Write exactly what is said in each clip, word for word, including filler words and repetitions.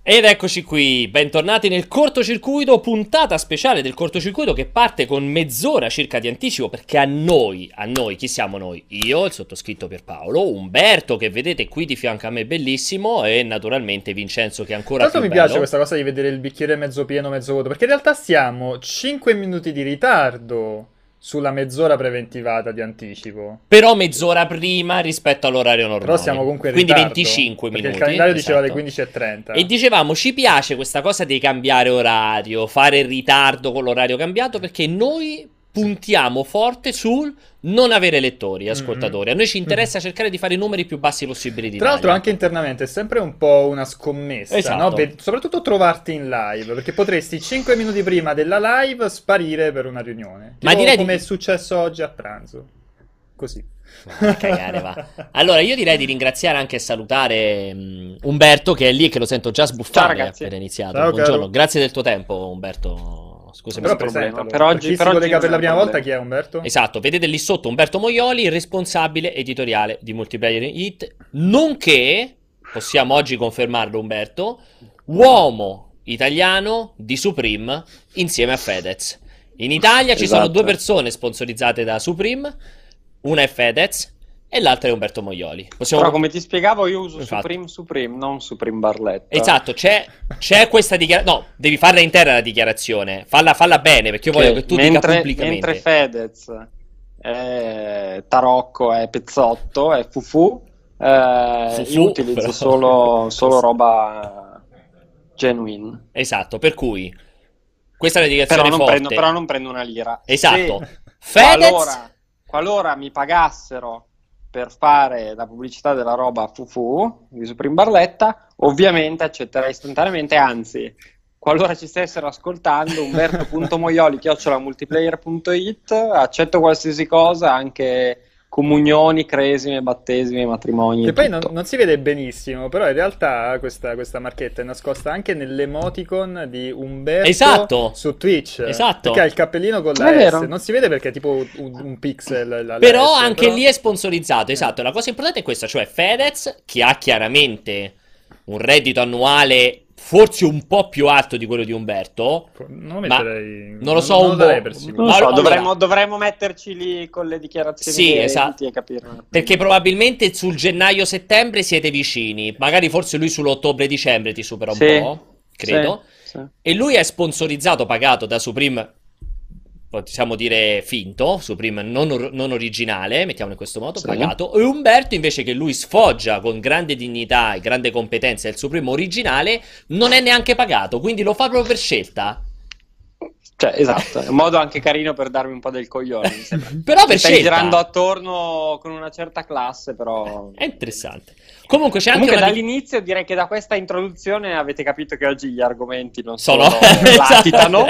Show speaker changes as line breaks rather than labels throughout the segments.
Ed eccoci qui, bentornati nel cortocircuito, puntata speciale del cortocircuito che parte con mezz'ora circa di anticipo perché a noi, a noi, chi siamo noi? Io, il sottoscritto Pierpaolo, Umberto che vedete qui di fianco a me bellissimo e naturalmente Vincenzo che è ancora
Tanto
più
mi
bello.
piace questa cosa di vedere il bicchiere mezzo pieno, mezzo vuoto, perché in realtà siamo cinque minuti di ritardo sulla mezz'ora preventivata di anticipo.
Però mezz'ora prima rispetto all'orario normale.
Però siamo comunque in
Quindi
ritardo,
venticinque
perché
minuti.
il calendario diceva
esatto.
alle quindici e trenta.
E dicevamo, ci piace questa cosa di cambiare orario, fare il ritardo con l'orario cambiato, perché noi puntiamo forte sul non avere lettori, ascoltatori. A noi ci interessa cercare di fare i numeri più bassi possibili di
Tra l'altro
Italia.
anche internamente è sempre un po' una scommessa,
Esatto.
no? Per- soprattutto trovarti in live, perché potresti cinque minuti prima della live sparire per una riunione.
Ma
Tipo
direi di-
come è successo oggi a pranzo. Così.
Ma cagare, va. Allora, io direi di ringraziare anche e salutare um, Umberto che è lì, che lo sento già sbuffare
Ciao, ragazzi.
appena iniziato.
Ciao,
Buongiorno,
caro.
grazie del tuo tempo, Umberto. Scusami.
Però
se-
problema.
presentalo.
Per oggi-
chi
per
si
oggi
collega per
non
la
è
prima
un
volta,
problema.
chi è Umberto?
Esatto, vedete lì sotto Umberto Moioli, responsabile editoriale di Multiplayer Hit, nonché, possiamo oggi confermarlo Umberto, uomo italiano di Supreme insieme a Fedez. In Italia ci sono
Esatto.
due persone sponsorizzate da Supreme, una è Fedez e l'altra è Umberto Moioli. Possiamo...
Però come ti spiegavo io uso
Infatti.
Supreme Supreme, non Supreme Barletta.
Esatto, c'è, c'è questa dichiarazione. No, devi farla intera la dichiarazione. Falla, falla bene, perché io voglio che tu dica
mentre,
pubblicamente.
mentre Fedez è Tarocco, è Pezzotto, è Fufu, eh,
Fufu,
io utilizzo
però.
solo, solo roba genuine.
Esatto, per cui questa è una dichiarazione
Però non,
forte.
prendo, però non prendo una lira.
Esatto.
Se
Fedez
qualora, qualora mi pagassero per fare la pubblicità della roba Fufu di Supreme Barletta, ovviamente accetterei istantaneamente, anzi, qualora ci stessero ascoltando, umberto.moioli chiocciola multiplayer punto it, accetto qualsiasi cosa, anche comunioni, cresime, battesimi, matrimoni.
Che
e
poi non,
tutto.
non si vede benissimo, però in realtà questa, questa marchetta è nascosta anche nell'emoticon di Umberto
Esatto.
su Twitch.
Esatto.
Perché ha il cappellino con la
È
S.
vero.
Non si vede perché è tipo un, un pixel. La, la
Però
S,
anche
però-
lì è sponsorizzato, esatto. La cosa importante è questa, cioè Fedez, che ha chiaramente un reddito annuale forse un po' più alto di quello di Umberto.
Non lo
Ma
metterei.
non lo so,
non
un
lo darei
po'.
per sicuro.
Non lo so,
Allora-
dovremmo, dovremmo metterci lì con le dichiarazioni
Sì,
dei
esatto.
redditi e capire.
Perché probabilmente sul gennaio-settembre siete vicini. Magari forse lui sull'ottobre-dicembre ti supera un
Sì,
po', credo.
sì, sì.
E lui è sponsorizzato, pagato da Supreme, possiamo dire finto, Supreme non, or- non originale, mettiamo in questo modo,
Sì.
pagato. E Umberto invece, che lui sfoggia con grande dignità e grande competenza il Supreme originale, non è neanche pagato, quindi lo fa proprio per scelta.
Cioè, esatto, è un modo anche carino per darmi un po' del coglione, mi sembra.
Però per
Stai
scelta.
girando attorno con una certa classe, però...
È interessante. Comunque c'è anche
Comunque
una...
dall'inizio direi che da questa introduzione avete capito che oggi gli argomenti non
Sono
sono latitano.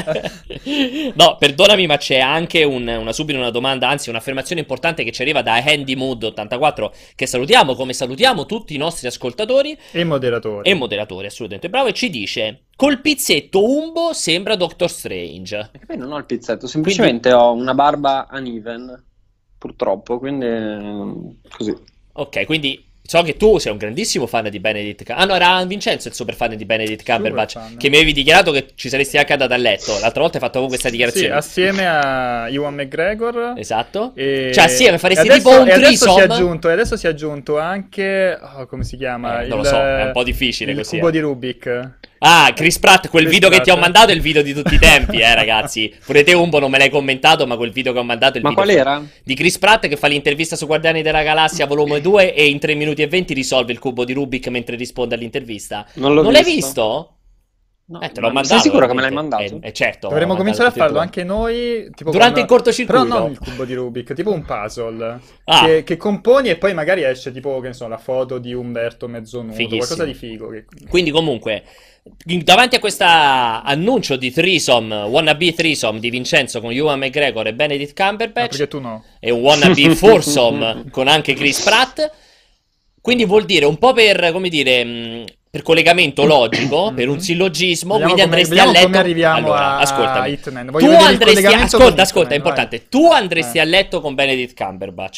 No, perdonami, ma c'è anche un- una subito una domanda, anzi un'affermazione importante che ci arriva da Handy Mood ottantaquattro, che salutiamo come salutiamo tutti i nostri ascoltatori
E moderatore.
e moderatori, assolutamente bravo, e ci dice: col pizzetto Umbo sembra Doctor Strange.
Perché poi non ho il pizzetto, semplicemente ho una barba uneven, purtroppo, quindi così.
Ok, quindi so che tu sei un grandissimo fan di Benedict Cumberbatch. Ah no, era Vincenzo il super fan di Benedict Cumberbatch,
fan.
che mi avevi dichiarato che ci saresti anche andato a letto. L'altra volta hai fatto con questa
Sì,
dichiarazione.
assieme a Ewan McGregor.
Esatto.
E...
Cioè assieme faresti
e adesso,
tipo un
e adesso si è
threesome.
aggiunto, e adesso si è aggiunto anche oh, come si chiama?
Eh, non lo so, è un po' difficile
il
così,
cubo
eh.
di Rubik.
Ah, Chris Pratt, quel
Chris
video che ti ho
Pratt.
mandato è il video di tutti i tempi, eh ragazzi. Pure te Umbo non me l'hai commentato, ma quel video che ho mandato è il
Ma
video
qual era?
di Chris Pratt che fa l'intervista su Guardiani della Galassia volume due e in tre minuti e venti risolve il cubo di Rubik mentre risponde all'intervista.
Non l'ho
l'hai
visto.
visto?
No,
Eh, te l'ho
ma
mandato.
sei sicuro che me l'hai
veramente.
mandato?
Eh, eh, certo.
Dovremmo
l'ho
cominciare a
mandato
farlo
tutti e
anche noi tipo
Durante
con-
il cortocircuito.
Però non il cubo di Rubik, tipo un puzzle
Ah.
che, che componi e poi magari esce tipo, che ne so, la foto di Umberto mezzo nudo,
Fighissimo.
qualcosa di figo che...
due. Quindi comunque, davanti a questo annuncio di threesome, wannabe threesome di Vincenzo con Ewan McGregor e Benedict
Ah,
Cumberbatch,
perché tu no.
e un wannabe foursome con anche Chris Pratt. Quindi vuol dire un po' per, come dire, mh, per collegamento logico, per un sillogismo,
Vediamo
quindi
come-
andresti
vediamo
a letto.
come arriviamo
allora,
a-
ascoltami.
a Hitman.
Tu
Voglio vedere il
andresti,
collegamento
ascolta,
con
ascolta, è
Hitman,
importante.
vai.
Tu andresti
Eh.
a letto con Benedict Cumberbatch.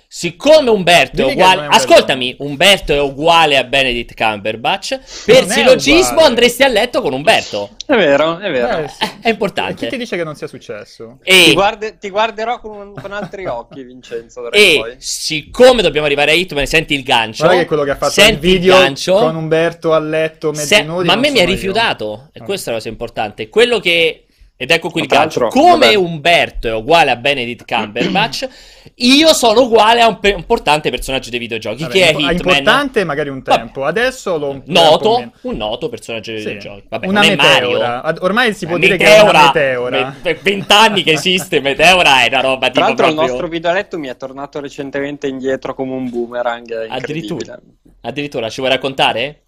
Siccome Umberto
Dimmi
è
che
uguale,
non è un
ascoltami, Umberto è uguale a Benedict Cumberbatch, per
Non è
sillogismo
uguale.
andresti a letto con Umberto.
È vero, è vero.
Eh, sì.
Eh, è
E chi
importante.
ti dice che non sia successo?
Ti,
E,
guarde- ti guarderò con, con altri occhi, Vincenzo, d'ora in
e
poi.
siccome dobbiamo arrivare a Hitman, senti il gancio.
Guarda che è quello che ha fatto il
senti
video
gancio.
con Umberto a letto mezzi
Se-
nudi,
ma a
non
me mi ha
sono io.
rifiutato, e
Ah.
questa è la cosa importante. Quello che. Ed ecco qui il
Tra
gancio.
l'altro,
Come
vabbè.
Umberto è uguale a Benedict Cumberbatch, io sono uguale a un pe- importante personaggio dei videogiochi.
Vabbè,
che è
impo-
Hitman.
importante magari un
Vabbè.
tempo, adesso lo un po'
Noto,
meno.
un noto personaggio dei
Sì.
videogiochi. Vabbè,
Una
non è
meteora.
Mario.
Ad- Ormai si può
Eh,
dire che è una meteora.
me- per vent'anni che esiste Meteora è una roba
Tra
tipo
l'altro il
proprio...
nostro videoletto mi è tornato recentemente indietro come un boomerang, è
Addirittura.
incredibile.
Addirittura, ci vuoi raccontare?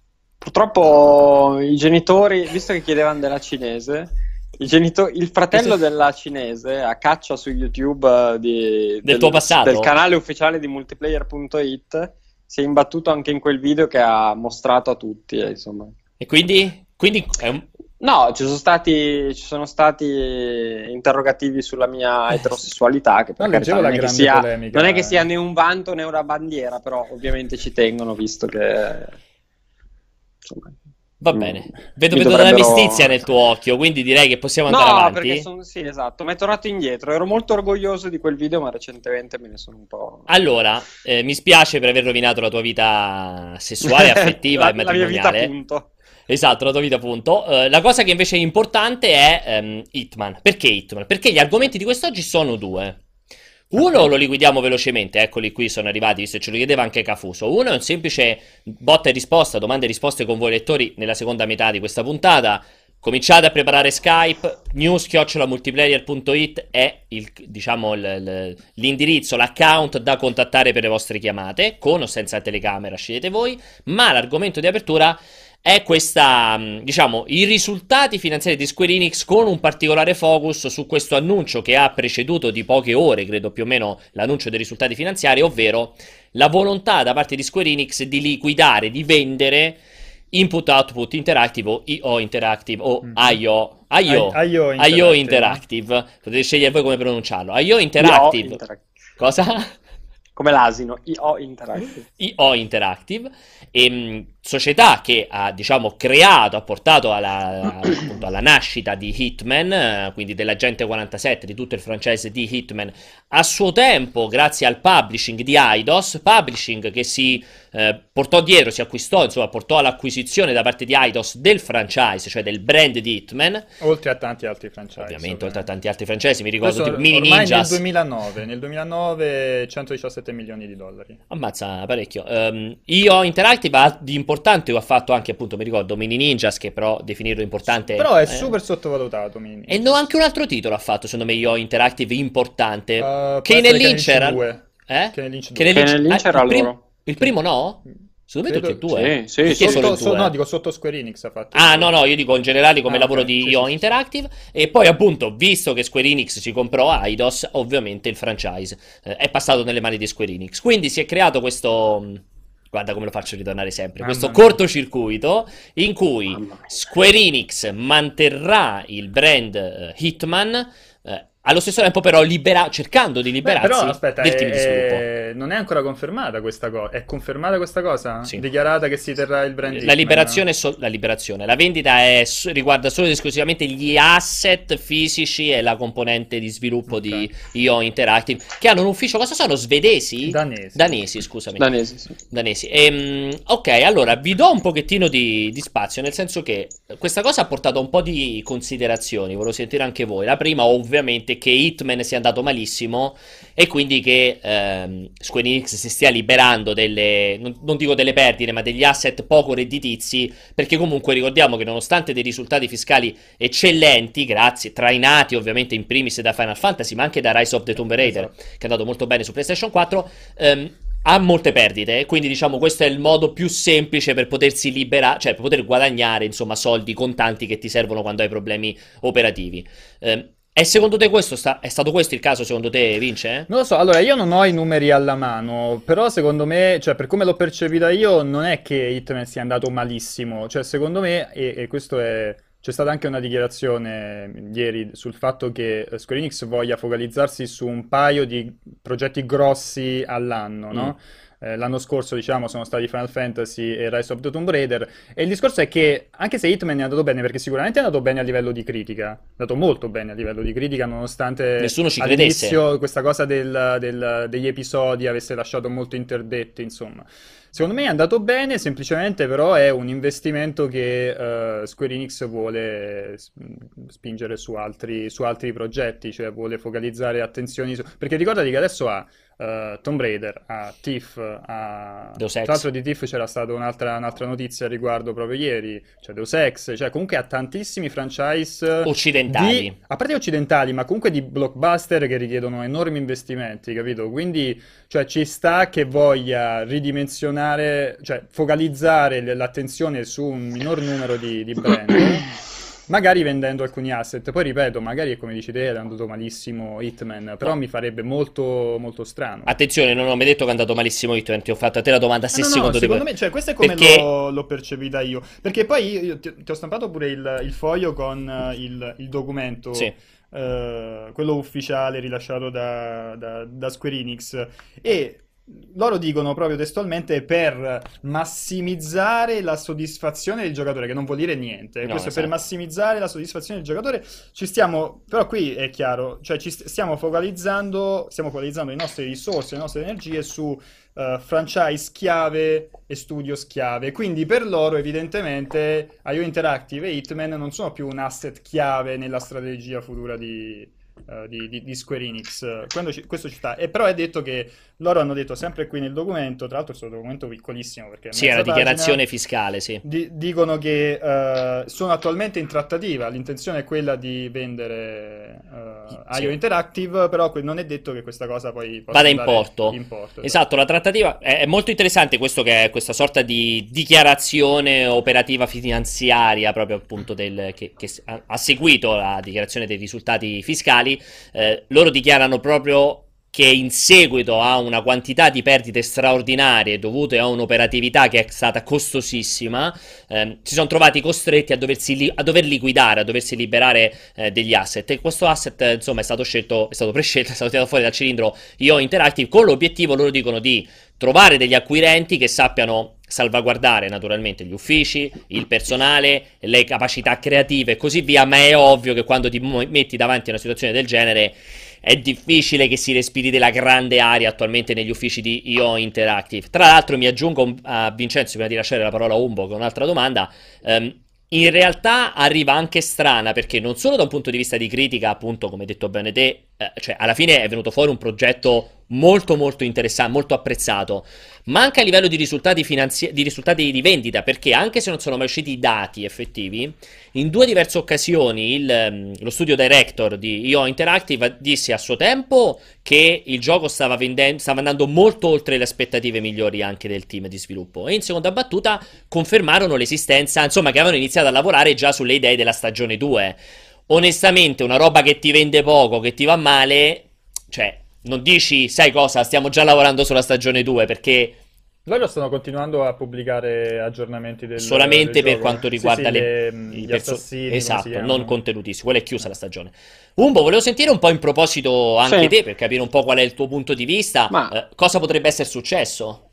Purtroppo i genitori, visto che chiedevano della cinese, i genitori, il fratello della cinese a caccia su YouTube eh, di-
Del tuo passato?
del canale ufficiale di multiplayer punto it si è imbattuto anche in quel video che ha mostrato a tutti, eh, insomma.
E quindi? Quindi è un...
No, ci sono stati, ci sono stati interrogativi sulla mia eterosessualità, che per
No,
carità
leggevo
non
la
è, che
grande
sia,
polemica.
non è che sia né un vanto né una bandiera, però ovviamente ci tengono, visto che... Insomma,
Va
mm,
bene. Vedo,
mi
vedo della
dovrebbero-
mistizia nel tuo occhio, quindi direi che possiamo andare
No,
avanti.
perché sono... Sì, esatto, mi è tornato indietro. Ero molto orgoglioso di quel video, ma recentemente me ne sono un po'...
Allora, eh, mi spiace per aver rovinato la tua vita sessuale, affettiva
la,
e
la mia vita,
matrimoniale.
appunto.
Esatto, la tua vita appunto. Eh, la cosa che invece è importante è ehm, Hitman. Perché Hitman? Perché gli argomenti di quest'oggi sono due. Uno lo liquidiamo velocemente, eccoli qui, sono arrivati, visto che ce lo chiedeva anche Cafuso. Uno è un semplice botta e risposta, domande e risposte con voi lettori nella seconda metà di questa puntata. Cominciate a preparare Skype, news chiocciola multiplayer punto it è il, diciamo, il- il- l'indirizzo, l'account da contattare per le vostre chiamate, con o senza telecamera, scegliete voi, ma l'argomento di apertura è questa, mh, diciamo, i risultati finanziari di Square Enix con un particolare focus su questo annuncio che ha preceduto di poche ore, credo più o meno, l'annuncio dei risultati finanziari, ovvero la volontà da parte di Square Enix di liquidare, di vendere Input-Output Interactive o I O Interactive o
Mhm.
I O I O
I- I O
I O
Interactive.
Interactive, potete scegliere voi come pronunciarlo. I O
I O
Interactive.
Interactive.
Cosa?
Come l'asino, I O Interactive.
I O Interactive, e, mh, società che ha, diciamo, creato, ha portato alla, appunto, alla nascita di Hitman, eh, quindi dell'Agente quarantasette, di tutto il franchise di Hitman, a suo tempo grazie al publishing di Eidos, publishing che si eh, portò dietro, si acquistò, insomma, portò all'acquisizione da parte di Eidos del franchise, cioè del brand di Hitman,
Oltre a tanti altri franchise.
ovviamente oltre a tanti altri franchise, mi ricordo
Questo
tipo Mini
ormai
Ninjas.
nel duemilanove, nel duemilanove centodiciassette milioni di dollari.
Ammazza parecchio. Um, I O Interactive ha di importante, ha fatto anche, appunto, mi ricordo, Mini Ninjas, che però definirlo importante.
Però è
eh.
super sottovalutato. Mini
E no, anche un altro titolo ha fatto, secondo me, I O Interactive importante.
Uh,
Che
può essere
Lynch
Kane
era.
due.
Eh?
Kane Lynch
Kane
due.
Lynch-
Kane Lynch
ah,
era
il, prim-
loro.
il primo no? Secondo me
Credo-
tutti e due.
sì, sì,
Perché
sì.
solo
Sotto,
il
so-
due?
no, dico sotto Square Enix ha fatto.
Ah, no, no, io dico in generale come
Ah,
lavoro
ok,
di
sì,
I O
sì, sì.
Interactive. E poi, appunto, visto che Square Enix ci comprò Eidos, ovviamente il franchise eh, è passato nelle mani di Square Enix. Quindi si è creato questo. mh, Guarda come lo faccio ritornare sempre.
Mamma
Questo
mia.
cortocircuito in cui
Mamma mia.
Square Enix manterrà il brand eh, Hitman. eh, allo stesso tempo, però, libera- cercando di
Beh,
liberarsi
però aspetta,
del
è-
team di sviluppo.
è- non è ancora confermata questa cosa. È confermata questa cosa?
Sì.
Dichiarata che si terrà il brand
La
Hitman?
liberazione, è so- la liberazione, la vendita è so- riguarda solo ed esclusivamente gli asset fisici e la componente di sviluppo
Ok.
di I O Interactive, che hanno un ufficio, cosa sono? Svedesi?
Danesi.
Danesi, scusami.
Danesi, sì.
Danesi. Ehm, ok, allora vi do un pochettino di, di spazio, nel senso che questa cosa ha portato a un po' di considerazioni, volevo sentire anche voi. La prima, ovviamente, che Hitman sia andato malissimo e quindi che ehm, Square Enix si stia liberando delle, non, non dico delle perdite, ma degli asset poco redditizi, perché comunque ricordiamo che nonostante dei risultati fiscali eccellenti, grazie, trainati ovviamente in primis da Final Fantasy, ma anche da Rise of the Tomb Raider,
Esatto.
che è andato molto bene su PlayStation quattro, ehm, ha molte perdite, quindi diciamo questo è il modo più semplice per potersi liberare, cioè per poter guadagnare, insomma, soldi contanti che ti servono quando hai problemi operativi. Ehm, e secondo te questo sta- è stato questo il caso, secondo te, Vince?
Non lo so, allora io non ho i numeri alla mano, però secondo me, cioè per come l'ho percepita io, non è che Hitman sia andato malissimo, cioè secondo me, e, e questo è c'è stata anche una dichiarazione ieri sul fatto che Square Enix voglia focalizzarsi su un paio di progetti grossi all'anno,
Mm.
no? Eh, l'anno scorso, diciamo, sono stati Final Fantasy e Rise of the Tomb Raider. E il discorso è che, anche se Hitman è andato bene, perché sicuramente è andato bene a livello di critica, è andato molto bene a livello di critica, nonostante
Nessuno ci
all'inizio
credesse.
questa cosa del- del- degli episodi avesse lasciato molto interdetti, insomma. Secondo me è andato bene, semplicemente però è un investimento che eh, Square Enix vuole s- spingere su altri, su altri progetti, cioè vuole focalizzare attenzioni su... Perché ricordati che adesso ha eh, Tomb Raider, ha Thief, ha...
Deus
Tra
Ex.
l'altro di Thief c'era stata un'altra un'altra notizia a riguardo proprio ieri, cioè Deus Ex, cioè comunque ha tantissimi franchise
Occidentali.
di... a parte occidentali, ma comunque di blockbuster che richiedono enormi investimenti, capito? Quindi, cioè, ci sta che voglia ridimensionare, cioè focalizzare l- l'attenzione su un minor numero di, di brand, magari vendendo alcuni asset. Poi ripeto, magari è come dici te, è andato malissimo Hitman, però
No.
mi farebbe molto, molto strano.
Attenzione, non ho mai detto che è andato malissimo Hitman, ti ho fatto a te la domanda se
No, no, no,
secondo te...
secondo me, cioè, questo è come
Perché...
l'ho, l'ho percepita io. Perché poi io, io ti, ti ho stampato pure il, il foglio con eh, il, il documento,
Sì.
eh, quello ufficiale rilasciato da, da, da Square Enix. E loro dicono proprio testualmente per massimizzare la soddisfazione del giocatore, che non vuol dire niente.
No,
Questo è per
esatto.
massimizzare la soddisfazione del giocatore. Ci stiamo, però qui è chiaro, cioè ci st- stiamo focalizzando, stiamo focalizzando le nostre risorse, le nostre energie su eh, franchise chiave e studios chiave. Quindi per loro, evidentemente, I O Interactive e Hitman non sono più un asset chiave nella strategia futura di, eh, di, di- di Square Enix. Quando ci- questo ci sta. E però è detto che loro hanno detto sempre qui nel documento, tra l'altro questo documento piccolissimo perché è
Sì, è
mezza
una dichiarazione
pagina,
fiscale, sì.
di- dicono che eh, sono attualmente in trattativa, l'intenzione è quella di vendere eh, I O
Sì.
Interactive, però que- non è detto che questa cosa poi possa
Vada in
andare
porto.
in porto.
Esatto, la trattativa è, è molto interessante questo che è questa sorta di dichiarazione operativa finanziaria proprio appunto del, che, che s- ha, ha seguito la dichiarazione dei risultati fiscali. Eh, loro dichiarano proprio che in seguito a una quantità di perdite straordinarie dovute a un'operatività che è stata costosissima, ehm, si sono trovati costretti a, doversi li- a dover liquidare, a doversi liberare eh, degli asset. E questo asset, eh, insomma, è stato scelto, è stato prescelto, è stato tirato fuori dal cilindro I O Interactive con l'obiettivo, loro dicono, di trovare degli acquirenti che sappiano salvaguardare naturalmente gli uffici, il personale, le capacità creative e così via, ma è ovvio che quando ti mo- metti davanti a una situazione del genere è difficile che si respiri della grande aria attualmente negli uffici di I O Interactive. Tra l'altro mi aggiungo a Vincenzo, prima di lasciare la parola a Umbo, con un'altra domanda. Ehm, in realtà arriva anche strana, perché non solo da un punto di vista di critica, appunto, come hai detto bene te, eh, cioè alla fine è venuto fuori un progetto molto molto interessante, molto apprezzato, ma anche a livello di risultati finanziari, di risultati di vendita, perché anche se non sono mai usciti i dati effettivi, in due diverse occasioni il, ehm, lo studio director di I O Interactive disse a suo tempo che il gioco stava vendendo, stava andando molto oltre le aspettative migliori anche del team di sviluppo, e in seconda battuta confermarono l'esistenza, insomma, che avevano iniziato a lavorare già sulle idee della stagione due. Onestamente, una roba che ti vende poco, che ti va male, cioè, non dici, sai cosa, stiamo già lavorando sulla stagione due, perché
Loro stanno continuando a pubblicare aggiornamenti del,
solamente
del
per
gioco.
quanto
Sì,
riguarda
sì,
le,
le-
i
gli
perso-
assassini, come si
esatto, non
chiamano?
contenutissimi, quella è chiusa la stagione. Umbo, volevo sentire un po' in proposito anche
Sì,
te, per capire un po' qual è il tuo punto di vista,
ma
eh, cosa potrebbe essere successo?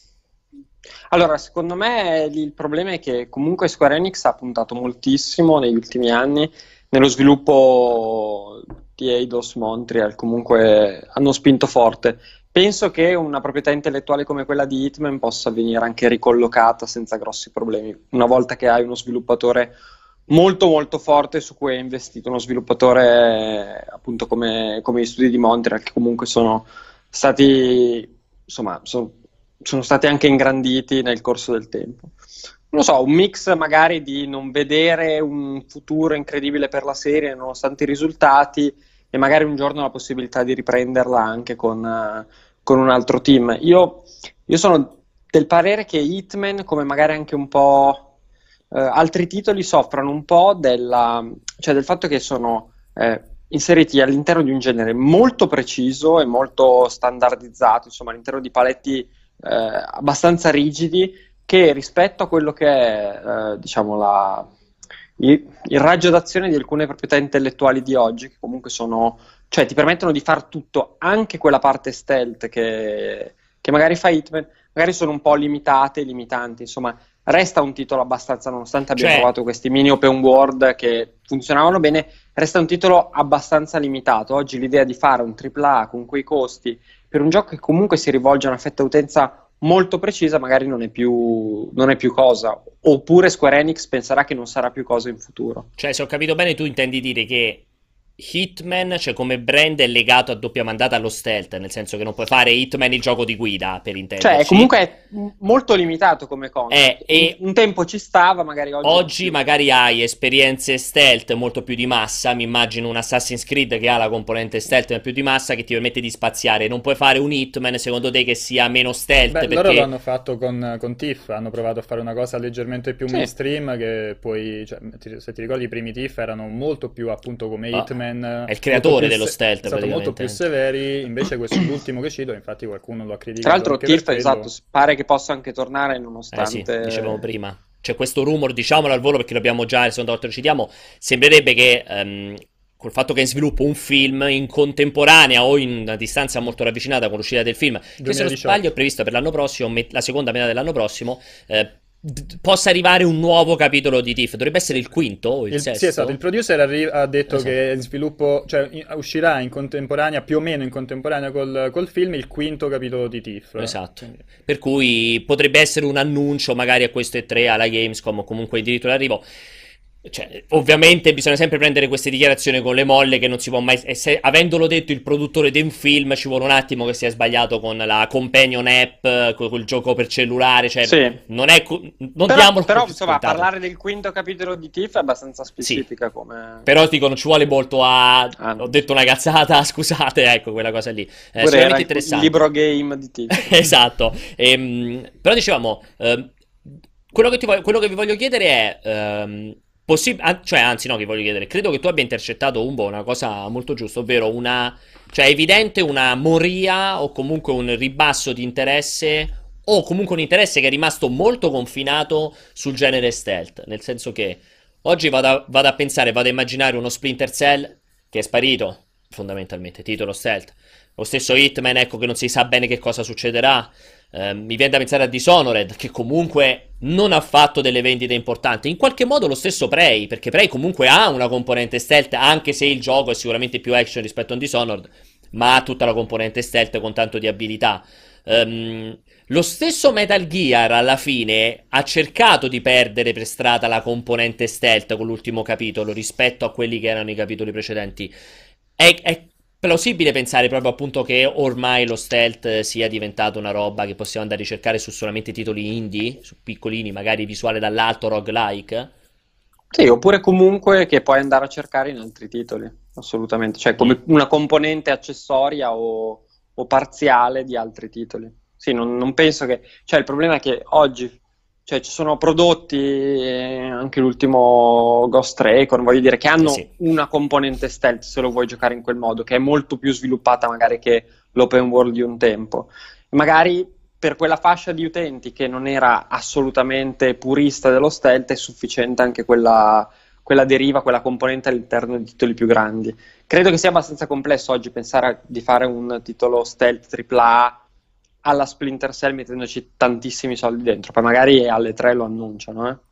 allora, secondo me il problema è che comunque Square Enix ha puntato moltissimo negli ultimi anni nello sviluppo di Eidos Montreal, comunque hanno spinto forte. Penso che una proprietà intellettuale come quella di Hitman possa venire anche ricollocata senza grossi problemi, una volta che hai uno sviluppatore molto molto forte su cui hai investito, uno sviluppatore eh, appunto come, come gli studi di Montreal, che comunque sono stati, insomma, sono, sono stati anche ingranditi nel corso del tempo. Non lo so, un mix magari di non vedere un futuro incredibile per la serie nonostante i risultati, e magari un giorno la possibilità di riprenderla anche con, eh, con un altro team. Io, io sono del parere che Hitman, come magari anche un po' eh, altri titoli, soffrano un po' della, cioè del fatto che sono eh, inseriti all'interno di un genere molto preciso e molto standardizzato, insomma all'interno di paletti eh, abbastanza rigidi, che rispetto a quello che è eh, diciamo la, il, il raggio d'azione di alcune proprietà intellettuali di oggi, che comunque sono, cioè ti permettono di far tutto, anche quella parte stealth che, che magari fa Hitman, magari sono un po' limitate, limitanti, insomma, resta un titolo abbastanza, nonostante abbia
Cioè-
trovato questi mini open world che funzionavano bene, resta un titolo abbastanza limitato. Oggi l'idea di fare un tripla A con quei costi per un gioco che comunque si rivolge a una fetta utenza molto precisa magari non è più, non è più cosa, oppure Square Enix penserà che non sarà più cosa in futuro.
Cioè, se ho capito bene, tu intendi dire che Hitman, cioè come brand, è legato a doppia mandata allo stealth, nel senso che non puoi fare Hitman il gioco di guida, per intenderci.
Cioè comunque è m- molto limitato come concept.
Eh, e-
un, un tempo ci stava, magari oggi
Oggi magari hai esperienze stealth molto più di massa. Mi immagino un Assassin's Creed che ha la componente stealth più di massa che ti permette di spaziare. Non puoi fare un Hitman, secondo te, che sia meno stealth?
Beh,
perché
loro l'hanno fatto con, con Thief, hanno provato a fare una cosa leggermente più
Sì.
mainstream che poi, cioè, ti- se ti ricordi i primi Thief erano molto più appunto come
Ah,
Hitman,
è il creatore
molto più
dello
se-
stealth,
esatto, molto più
praticamente.
severi, invece questo l'ultimo che cito, infatti qualcuno lo ha
Tra
criticato
l'altro
anche per
Thief, esatto,
quello.
pare che possa anche tornare
Eh sì,
nonostante...
dicevamo prima. C'è questo rumor, diciamolo al volo perché lo abbiamo già, la seconda volta lo citiamo. Sembrerebbe che ehm, col fatto che è in sviluppo un film in contemporanea o in una distanza molto ravvicinata con l'uscita del film, che se non
duemiladiciotto.
sbaglio è previsto per l'anno prossimo, me- la seconda metà dell'anno prossimo, eh, d- possa arrivare un nuovo capitolo di Thief. Dovrebbe essere il quinto o il,
Il-
sesto?
sì, esatto, il producer arri- ha detto
Esatto.
che è in sviluppo, cioè in- uscirà in contemporanea, più o meno in contemporanea col, col film, il quinto capitolo di Thief.
Esatto.
Quindi-
Per cui potrebbe essere un annuncio magari a questo E tre, alla Gamescom o comunque il diritto d'arrivo. Cioè, ovviamente bisogna sempre prendere queste dichiarazioni con le molle che non si può mai... E se, avendolo detto il produttore di un film, ci vuole un attimo che sia sbagliato con la companion app, con quel gioco per cellulare, cioè
Sì.
non è... co- Non
Però,
diamolo
però
per
insomma,
scontato.
parlare del quinto capitolo di Thief è abbastanza specifica come...
Però dico, non ci vuole molto a...
Ah, no.
Ho detto una cazzata, scusate, ecco, quella cosa lì. Eh,
Pure
sicuramente
era il-
interessante.
il libro game di Thief.
Esatto. Ehm, però dicevamo, ehm, quello che ti voglio- quello che vi voglio chiedere è, ehm, possi- an- cioè anzi no, che voglio chiedere, credo che tu abbia intercettato un po' una cosa molto giusta, ovvero una, cioè è evidente una moria o comunque un ribasso di interesse o comunque un interesse che è rimasto molto confinato sul genere stealth, nel senso che oggi vado a, vado a pensare, vado a immaginare uno Splinter Cell che è sparito, fondamentalmente, titolo stealth. Lo stesso Hitman, ecco, che non si sa bene che cosa succederà. Eh, mi viene da pensare a Dishonored, che comunque non ha fatto delle vendite importanti. In qualche modo lo stesso Prey, perché Prey comunque ha una componente stealth, anche se il gioco è sicuramente più action rispetto a un Dishonored, ma ha tutta la componente stealth con tanto di abilità. Ehm, lo stesso Metal Gear alla fine ha cercato di perdere per strada la componente stealth con l'ultimo capitolo rispetto a quelli che erano i capitoli precedenti. È, è plausibile pensare proprio appunto che ormai lo stealth sia diventato una roba che possiamo andare a ricercare su solamente titoli indie, su piccolini, magari visuale dall'alto, roguelike?
Sì, oppure comunque che puoi andare a cercare in altri titoli, assolutamente, cioè come una componente accessoria o, o parziale di altri titoli. Sì, non, non penso che... Cioè il problema è che oggi, cioè ci sono prodotti, eh, anche l'ultimo Ghost Recon, voglio dire, che hanno
Sì, sì.
una componente stealth, se lo vuoi giocare in quel modo, che è molto più sviluppata magari che l'open world di un tempo. Magari per quella fascia di utenti che non era assolutamente purista dello stealth è sufficiente anche quella, quella deriva, quella componente all'interno di titoli più grandi. Credo che sia abbastanza complesso oggi pensare a- di fare un titolo stealth tripla A alla Splinter Cell mettendoci tantissimi soldi dentro, poi magari alle tre lo annunciano, eh.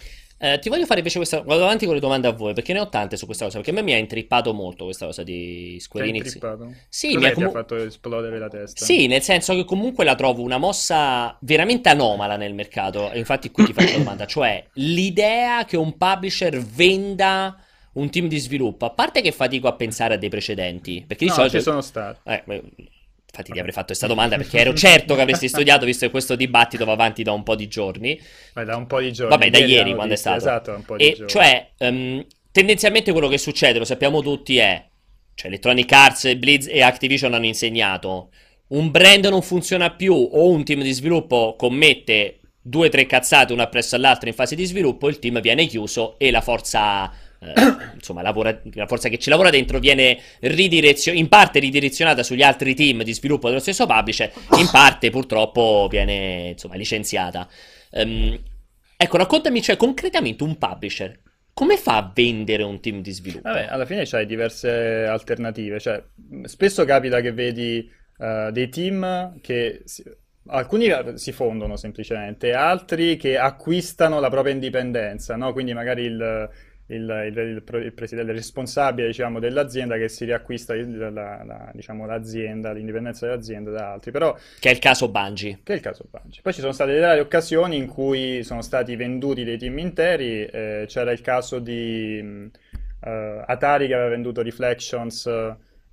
Eh, ti voglio fare invece questa. Vado avanti con le domande a voi, perché ne ho tante su questa cosa. Perché a me mi ha intrippato molto questa cosa di
Ti
Square
ha
Enix.
intrippato?
Sì,
Cos'è
mi ha
che ti ha
comu-
fatto esplodere la testa?
Sì, nel senso che comunque la trovo una mossa veramente anomala nel mercato. E infatti qui ti faccio la domanda. Cioè, l'idea che un publisher venda un team di sviluppo, a parte che fatico a pensare a dei precedenti, perché di
No,
solito...
ci sono stati.
Eh, beh, infatti ti avrei fatto questa domanda perché ero certo che avresti studiato, visto che questo dibattito va avanti da un po' di giorni.
Ma da un po' di giorni.
Vabbè, da ieri
hanno
quando è
visto,
stato.
Esatto, un po' di
E
giorni.
cioè, ehm, tendenzialmente quello che succede, lo sappiamo tutti, è... Cioè, Electronic Arts, Blizz e Activision hanno insegnato un brand non funziona più o un team di sviluppo commette due o tre cazzate una appresso all'altra in fase di sviluppo, il team viene chiuso e la forza... Eh, insomma, lavora, la forza che ci lavora dentro viene ridirezio- in parte ridirezionata sugli altri team di sviluppo dello stesso publisher, in parte purtroppo viene insomma licenziata. Ehm, ecco, raccontami, cioè, concretamente un publisher come fa a vendere un team di sviluppo?
Vabbè, alla fine c'hai diverse alternative, cioè mh, spesso capita che vedi eh, dei team che si- alcuni si fondono semplicemente, altri che acquistano la propria indipendenza, no? Quindi magari il, il, il- il pro- il presidente, il responsabile, diciamo, dell'azienda che si riacquista il- la- la- diciamo, l'azienda, l'indipendenza dell'azienda da altri, però
Che è il caso Bungie.
che è il caso Bungie. Poi ci sono state delle rare occasioni in cui sono stati venduti dei team interi. Eh, c'era il caso di mh, eh, Atari che aveva venduto Reflections eh,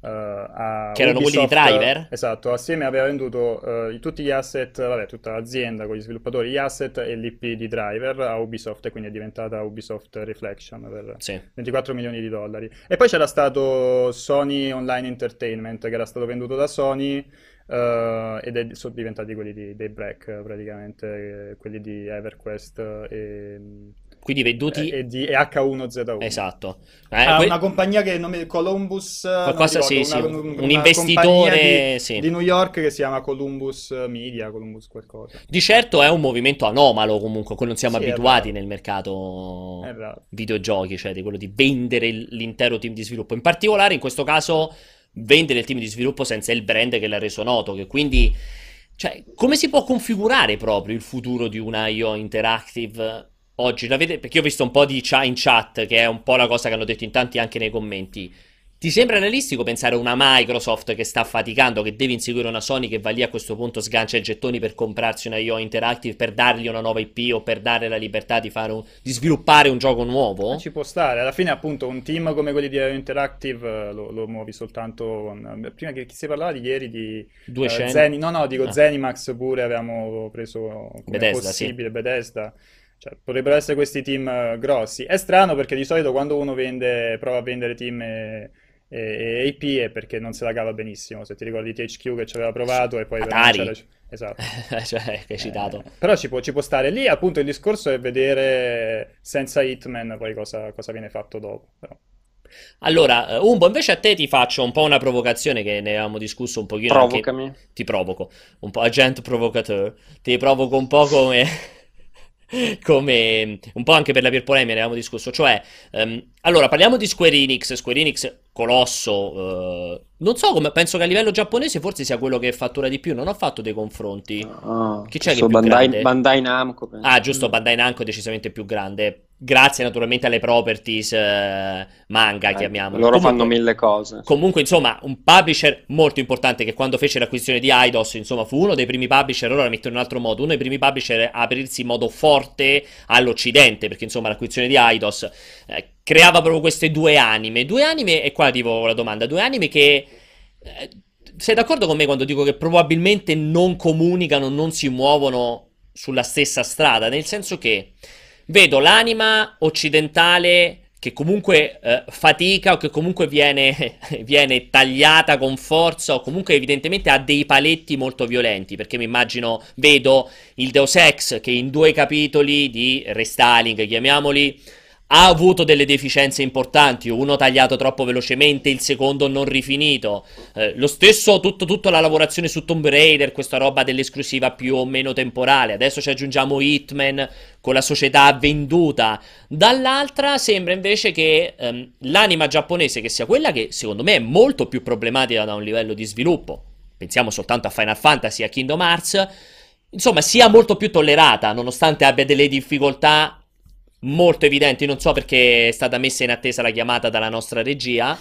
a
Che erano quelli di
Ubisoft.
Driver?
Esatto, assieme aveva venduto eh, tutti gli asset, vabbè, tutta l'azienda con gli sviluppatori, gli asset e l'I P di Driver a Ubisoft, e quindi è diventata Ubisoft Reflection per
Sì.
ventiquattro milioni di dollari. E poi c'era stato Sony Online Entertainment che era stato venduto da Sony. Eh, ed è- sono diventati quelli di, dei Break praticamente, eh, quelli di EverQuest e,
Quindi venduti...
e di e H uno Z uno.
Esatto. Eh,
Ah,
que-
una compagnia che non mi- Columbus, eh, non mi
Qualcosa,
ricordo,
sì, sì,
una,
un-
un-
un
una
investitore,
compagnia di,
sì.
di New York che si chiama Columbus Media, Columbus qualcosa.
Di certo è un movimento anomalo comunque, a cui non siamo
Sì, è
abituati
raro.
nel mercato
È raro.
videogiochi, cioè di quello di vendere il- l'intero team di sviluppo. In particolare in questo caso vendere il team di sviluppo senza il brand che l'ha reso noto, che quindi, cioè, come si può configurare proprio il futuro di una I O Interactive oggi? L'avete- Perché io ho visto un po' di cha- in chat, che è un po' la cosa che hanno detto in tanti anche nei commenti. Ti sembra realistico pensare a una Microsoft che sta faticando, che deve inseguire una Sony che va lì a questo punto sgancia i gettoni per comprarsi una I O Interactive, per dargli una nuova I P o per dare la libertà di, fare un- di sviluppare un gioco nuovo?
Ci può stare, alla fine appunto un team come quelli di Aero Interactive eh, lo, lo muovi soltanto con... eh, Prima che si parlava di ieri di
Due
eh,
scene?
Zeni- no no, dico
Ah.
Zenimax pure avevamo preso come
Bethesda, sì.
possibile, Bethesda, cioè potrebbero essere questi team eh, grossi. È strano perché di solito quando uno vende, prova a vendere team e, e, e I P è perché non se la cava benissimo, se ti ricordi T H Q che ci aveva provato e poi però non
Atari.
c'era... Esatto.
Cioè, che hai citato.
Eh, però ci può, ci può stare lì, appunto il discorso è vedere senza Hitman poi cosa, cosa viene fatto dopo. Però.
Allora, eh, Umbo, invece a te ti faccio un po' una provocazione che ne avevamo discusso un pochino anche...
Provocami.
Ti provoco, un po' agent provocateur, ti provoco un po' come... come un po' anche per la peer polemica ne avevamo discusso, cioè ehm, allora parliamo di Square Enix. Square Enix colosso, eh, non so come, penso che a livello giapponese forse sia quello che fattura di più, non ho fatto dei confronti.
Ah,
Chi c'è che è
so
più
Bandai,
grande?
Bandai Namco, penso.
Ah, giusto, Bandai Namco è decisamente più grande, grazie naturalmente alle properties eh, manga,
Eh,
chiamiamole.
loro
Comunque-
fanno mille cose.
Comunque, insomma, un publisher molto importante che quando fece l'acquisizione di Eidos, insomma, fu uno dei primi publisher, allora la metto in un altro modo, uno dei primi publisher a aprirsi in modo forte all'Occidente, perché insomma l'acquisizione di Eidos eh, creava proprio queste due anime. Due anime, e qua arrivo la domanda, due anime che... eh, sei d'accordo con me quando dico che probabilmente non comunicano, non si muovono sulla stessa strada? Nel senso che vedo l'anima occidentale che comunque eh, fatica o che comunque viene, viene tagliata con forza o comunque evidentemente ha dei paletti molto violenti, perché mi immagino, vedo il Deus Ex che in due capitoli di restyling, chiamiamoli, ha avuto delle deficienze importanti, uno tagliato troppo velocemente, il secondo non rifinito. Eh, lo stesso, tutto, tutta la lavorazione su Tomb Raider, questa roba dell'esclusiva più o meno temporale. Adesso ci aggiungiamo Hitman con la società venduta. Dall'altra sembra invece che ehm, l'anima giapponese, che sia quella che secondo me è molto più problematica da un livello di sviluppo, pensiamo soltanto a Final Fantasy, a Kingdom Hearts, insomma sia molto più tollerata, nonostante abbia delle difficoltà molto evidenti. Non so perché è stata messa in attesa la chiamata dalla nostra regia.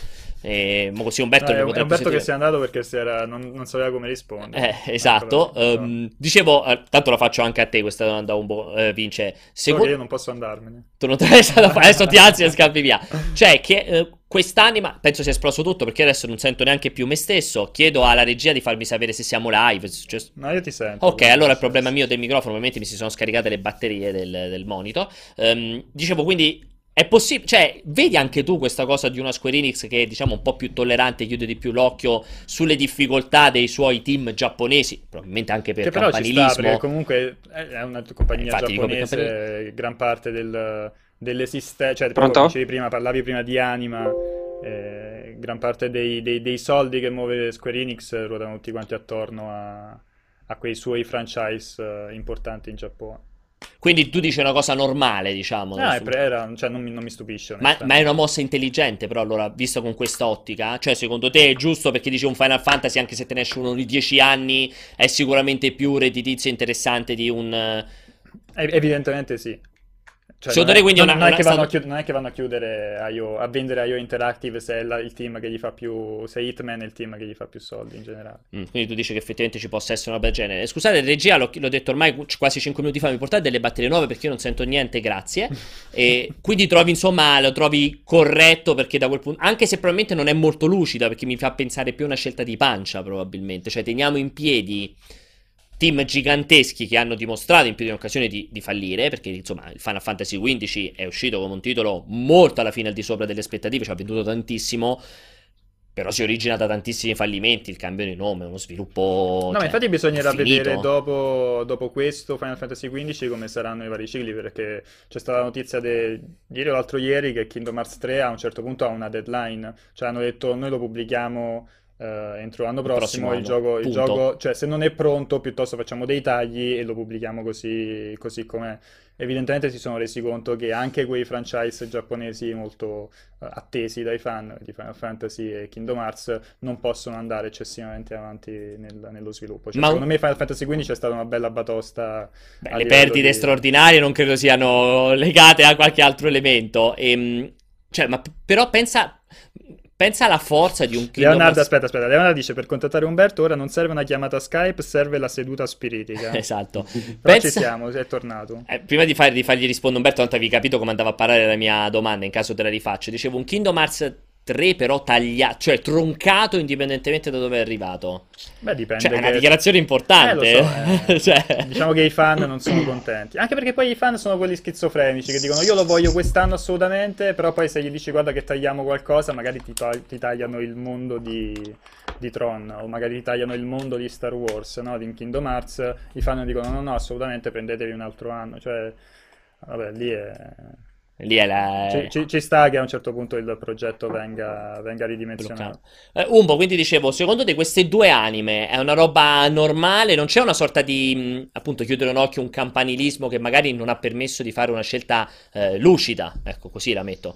E mo così Umberto
No,
mi
è
potrà
Umberto
sentire.
che sia andato perché si era- non, non sapeva come rispondere.
Eh, esatto.
Ecco,
Ehm, dicevo, eh, tanto la faccio anche a te questa domanda, Umbo, eh, Vince.
solo
Secondo-
che io non posso andarmene.
tu non te la sai da fare, adesso ti alzi e scappi via. Cioè, che eh, quest'anima, penso sia esploso tutto perché adesso non sento neanche più me stesso. Chiedo alla regia di farmi sapere se siamo live. se è successo-
No, io ti sento.
Ok,
quindi
allora
nel
il problema
senso-
mio del microfono, ovviamente mi si sono scaricate le batterie del, del monitor. Ehm, dicevo, quindi è possibile, cioè, vedi anche tu questa cosa di una Square Enix che è, diciamo, un po' più tollerante, chiude di più l'occhio sulle difficoltà dei suoi team giapponesi, probabilmente anche per
Che però ci sta,
campanilismo.
perché comunque è una compagnia
Eh, infatti, dico per
giapponese, gran parte del, dell'esistenza, cioè
Pronto?
proprio dicevi prima, parlavi prima di Anima, eh, gran parte dei, dei- dei soldi che muove Square Enix ruotano tutti quanti attorno a, a quei suoi franchise eh, importanti in Giappone.
Quindi tu dici una cosa normale, diciamo.
No, è pre- era, cioè, non mi, non mi stupisce.
Ma, ma è una mossa intelligente, però, allora, visto con questa ottica? Cioè, secondo te è giusto perché dici un Final Fantasy, anche se te ne esce uno di dieci anni, è sicuramente più redditizio e interessante di un...
Eh, Evidentemente sì. Cioè,
Secondo
non,
te
è,
quindi
non,
una,
non è
una-
che vanno a
stato-
chiud- non è che vanno a chiudere I O, a vendere I O Interactive se è la- il team che gli fa più, se Hitman è il team che gli fa più soldi in generale.
Mm, quindi tu dici che effettivamente ci possa essere una roba del genere. Scusate, regia, l'ho, l'ho detto ormai quasi cinque minuti fa, mi portate delle batterie nuove perché io non sento niente, grazie. E quindi trovi, insomma, lo trovi corretto perché da quel punto... Anche se probabilmente non è molto lucida perché mi fa pensare più a una scelta di pancia, probabilmente. Cioè, teniamo in piedi team giganteschi che hanno dimostrato in più di un'occasione di, di fallire, perché insomma il Final Fantasy quindici è uscito come un titolo molto alla fine al di sopra delle aspettative, ci ha venduto tantissimo, però si origina da tantissimi fallimenti, il cambio di nome, uno sviluppo...
No, ma
cioè,
infatti bisognerà
finito.
vedere dopo, dopo questo Final Fantasy quindici come saranno i vari cicli, perché c'è stata la notizia di ieri o l'altro ieri che Kingdom Hearts tre a un certo punto ha una deadline, cioè hanno detto noi lo pubblichiamo eh, entro l'anno
Il
prossimo,
prossimo
il
anno,
gioco, il
punto.
gioco, cioè se non è pronto piuttosto facciamo dei tagli e lo pubblichiamo così, così com'è. Evidentemente si sono resi conto che anche quei franchise giapponesi molto eh, attesi dai fan di Final Fantasy e Kingdom Hearts non possono andare eccessivamente avanti nel- nello sviluppo. Cioè,
Ma
secondo me Final Fantasy quindici è stata una bella batosta
beh,
a
le
livello
perdite
di...
straordinarie non credo siano legate a qualche altro elemento. Ehm, cioè, ma p- però pensa, pensa alla forza di un Kingdom
Leonardo,
Hearts.
aspetta, aspetta, Leonardo dice per contattare Umberto ora non serve una chiamata Skype, serve la seduta spiritica.
Esatto.
Però ci
Pensa...
siamo, è tornato.
Eh, prima di, far- di fargli rispondere Umberto, tanto avevi capito come andava a parare la mia domanda, in caso te la rifaccio. Dicevo un Kingdom Hearts tre però tagliato, cioè troncato indipendentemente da dove è arrivato.
Beh, dipende
Cioè, è una
che...
dichiarazione importante.
Eh, lo so, eh.
Cioè...
Diciamo che i fan non sono contenti. Anche perché poi i fan sono quelli schizofrenici che dicono io lo voglio quest'anno assolutamente, però poi se gli dici guarda che tagliamo qualcosa, magari ti, tog- ti tagliano il mondo di, di Tron, o magari ti tagliano il mondo di Star Wars, no? Di Kingdom Hearts. I fan dicono no, no, assolutamente prendetevi un altro anno. Cioè, vabbè, lì è...
Lì è la...
Ci, ci- ci sta che a un certo punto il progetto venga, venga ridimensionato.
Eh, Umbo, quindi dicevo, secondo te queste due anime è una roba normale? Non c'è una sorta di, mh, appunto, chiudere un occhio, un campanilismo che magari non ha permesso di fare una scelta eh, lucida? Ecco, così la metto.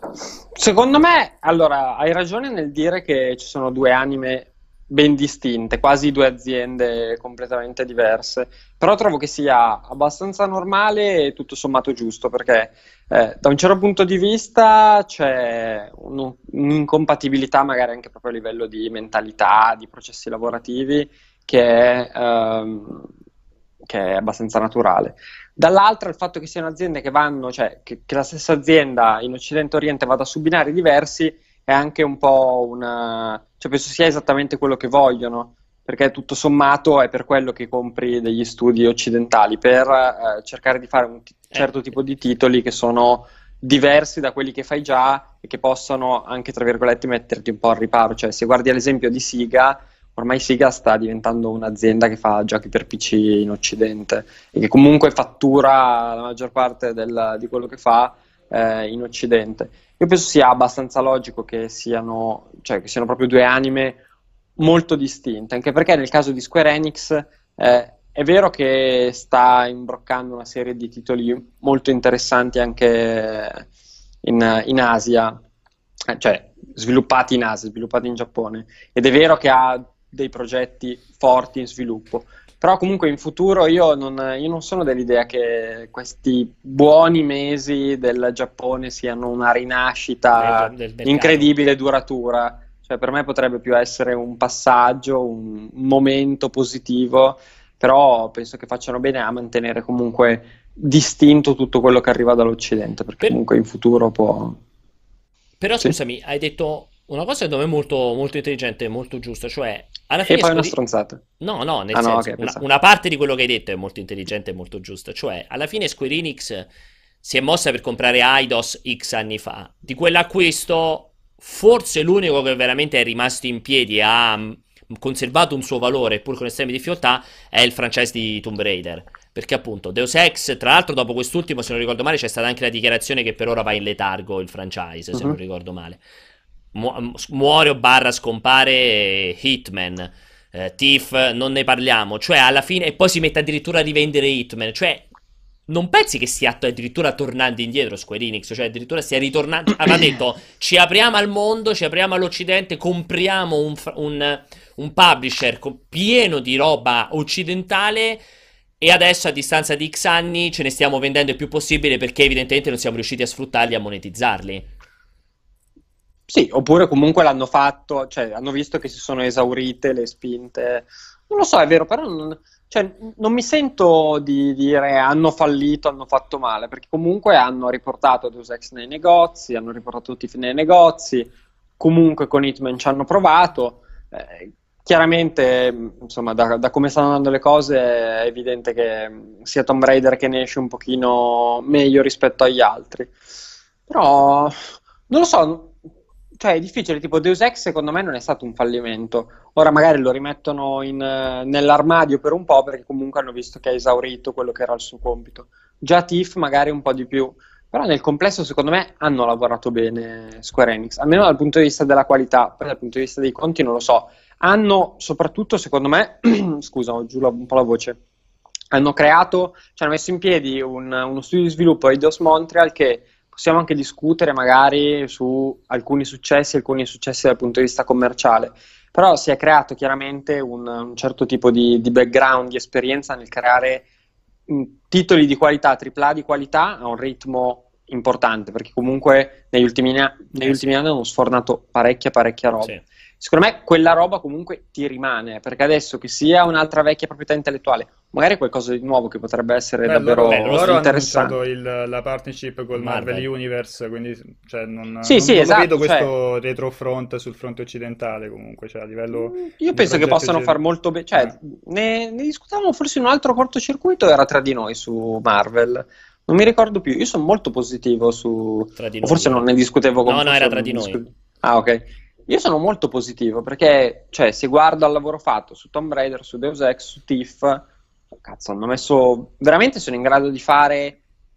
Secondo me, allora, hai ragione nel dire che ci sono due anime ben distinte, quasi due aziende completamente diverse, però trovo che sia abbastanza normale e tutto sommato giusto, perché eh, da un certo punto di vista c'è un- un'incompatibilità magari anche proprio a livello di mentalità, di processi lavorativi, che è, ehm, che è abbastanza naturale. Dall'altra il fatto che siano aziende che vanno, cioè che, che la stessa azienda in Occidente e Oriente vada su binari diversi è anche un po' una... cioè penso sia esattamente quello che vogliono, perché tutto sommato è per quello che compri degli studi occidentali, per eh, cercare di fare un t- certo tipo di titoli che sono diversi da quelli che fai già e che possono anche, tra virgolette, metterti un po' al riparo. Cioè se guardi l'esempio di Sega, ormai Sega sta diventando un'azienda che fa giochi per P C in Occidente e che comunque fattura la maggior parte del- di quello che fa eh, in Occidente. Io penso sia abbastanza logico che siano, cioè, che siano proprio due anime molto distinte, anche perché nel caso di Square Enix eh, è vero che sta imbroccando una serie di titoli molto interessanti anche in, in Asia, eh, cioè sviluppati in Asia, sviluppati in Giappone, ed è vero che ha dei progetti forti in sviluppo. Però comunque in futuro io non, io non sono dell'idea che questi buoni mesi del Giappone siano una rinascita
Del- del mercato.
incredibile e duratura. Cioè per me potrebbe più essere un passaggio, un un momento positivo, però penso che facciano bene a mantenere comunque distinto tutto quello che arriva dall'Occidente, perché
Per-
comunque in futuro può...
Però
Sì.
scusami, hai detto una cosa secondo me molto, molto intelligente e molto giusta, cioè alla
E
fine
poi una
Square-
stronzata.
No, no, nel
Ah, no,
senso,
ok,
una,
pensavo.
una parte di quello che hai detto è molto intelligente e molto giusta, cioè alla fine Square Enix si è mossa per comprare Eidos X anni fa, di quell'acquisto forse l'unico che veramente è rimasto in piedi e ha mh, conservato un suo valore pur con estreme difficoltà è il franchise di Tomb Raider, perché appunto Deus Ex, tra l'altro dopo quest'ultimo se non ricordo male c'è stata anche la dichiarazione che per ora va in letargo il franchise, se non
Mhm.
ricordo male. Mu- muore o barra scompare Hitman, eh, Thief non ne parliamo, cioè alla fine e poi si mette addirittura a rivendere Hitman, cioè non pensi che stia addirittura tornando indietro Square Enix? Cioè addirittura stia ritornando, aveva detto ci apriamo al mondo, ci apriamo all'occidente, compriamo un, un, un publisher pieno di roba occidentale e adesso a distanza di X anni ce ne stiamo vendendo il più possibile perché evidentemente non siamo riusciti a sfruttarli e a monetizzarli.
Sì, oppure comunque l'hanno fatto, cioè hanno visto che si sono esaurite le spinte. Non lo so, è vero, però non, cioè, non mi sento di dire hanno fallito, hanno fatto male, perché comunque hanno riportato Deus Ex nei negozi, hanno riportato Tiff nei negozi, comunque con Hitman ci hanno provato. Eh, chiaramente, insomma, da, da come stanno andando le cose è evidente che sia Tomb Raider che ne esce un pochino meglio rispetto agli altri. Però, non lo so, cioè è difficile, tipo Deus Ex secondo me non è stato un fallimento. Ora magari lo rimettono in, eh, nell'armadio per un po' perché comunque hanno visto che ha esaurito quello che era il suo compito. Già Tiff magari un po' di più, però nel complesso secondo me hanno lavorato bene Square Enix, almeno dal punto di vista della qualità, poi dal punto di vista dei conti non lo so. Hanno soprattutto secondo me, scusa ho giù la- un po' la voce, hanno creato, cioè hanno messo in piedi un- uno studio di sviluppo Eidos Montreal che possiamo anche discutere magari su alcuni successi, alcuni insuccessi dal punto di vista commerciale, però si è creato chiaramente un, un certo tipo di, di background, di esperienza nel creare mh, titoli di qualità, tripla A di qualità a un ritmo importante, perché comunque negli ultimi, na- negli ultimi anni hanno sfornato parecchia parecchia roba.
Sì.
Secondo me quella roba comunque ti rimane, perché adesso che sia un'altra vecchia proprietà intellettuale, magari qualcosa di nuovo che potrebbe essere
Beh,
davvero
loro, loro hanno
interessante.
annunciato il- la partnership col Marvel,
Marvel.
Universe, quindi cioè, non,
Sì,
non-
sì,
non
esatto,
lo vedo
cioè-
questo retrofront sul fronte occidentale comunque, cioè a livello
Mm,
di
Io penso che
progetto
possano
gen-
far molto bene, cioè
Eh.
ne, ne discutavamo forse in un altro cortocircuito, era tra di noi su Marvel, non mi ricordo più, io sono molto positivo su,
Tra di
o
noi.
forse non ne discutevo con
No, no,
forse
era tra
non
di noi.
discu- Ah, ok. Io sono molto positivo perché, cioè, se guardo al lavoro fatto su Tomb Raider, su Deus Ex, su Tiff, cazzo, hanno messo, veramente sono in grado di fare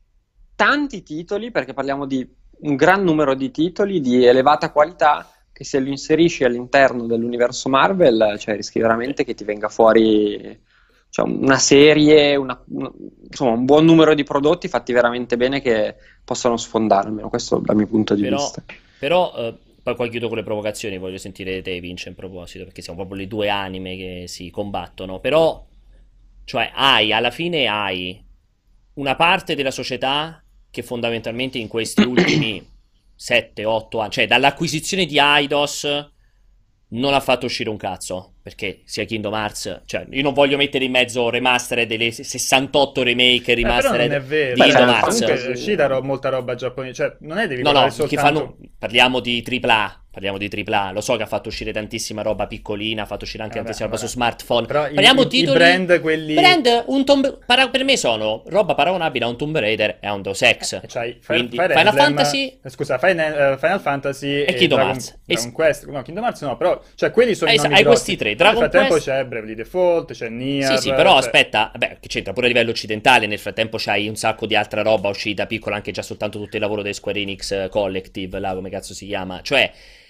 tanti titoli, perché parliamo di un gran numero di titoli di elevata qualità che se lo inserisci all'interno dell'universo Marvel, cioè rischi veramente che ti venga fuori cioè, una serie, una- un- insomma un buon numero di prodotti fatti veramente bene che possano sfondare, almeno questo dal mio punto di
Però,
vista.
però eh, poi qua chiudo con le provocazioni, voglio sentire te, Vince, in proposito, perché siamo proprio le due anime che si combattono. Però, cioè, hai, alla fine hai una parte della società che fondamentalmente in questi ultimi sette otto anni, cioè dall'acquisizione di Eidos non ha fatto uscire un cazzo, perché sia Kingdom Hearts, cioè io non voglio mettere in mezzo remastered delle sessantotto remake e
Eh, però non
remastered
è vero,
di
Beh,
Kingdom
cioè,
Hearts.
comunque-
comunque è uscita ro- molta roba giapponese, cioè non è devi
No, no,
guardare
che
soltanto...
fanno, parliamo di tripla A, parliamo di tripla A, lo so che ha fatto uscire tantissima roba piccolina, ha fatto uscire anche
Eh, vabbè,
tantissima roba su
vabbè.
smartphone,
Però i-
parliamo
i- i
titoli,
brand, quelli-
brand, un Tomb, para- per me sono roba paragonabile a un Tomb Raider e a un Deus Ex,
E c'hai Fire,
quindi
Fire
Final
Emblem-
Fantasy
eh, scusa, Final, eh, Final Fantasy e,
Kingdom
Dragon,
Hearts.
Dragon
E-
Quest, no, Kingdom Hearts no, però cioè quelli sono
Eh,
i nomi
hai
grossi.
questi tre,
Nel
Dragon
frattempo
Quest-
c'è Bravely Default, c'è Nier,
Sì, sì, però
cioè-
aspetta, beh, che c'entra pure a livello occidentale, nel frattempo c'hai un sacco di altra roba uscita piccola, anche già soltanto tutto il lavoro del Square Enix eh, Collective, là come cazzo si chiama, cioè,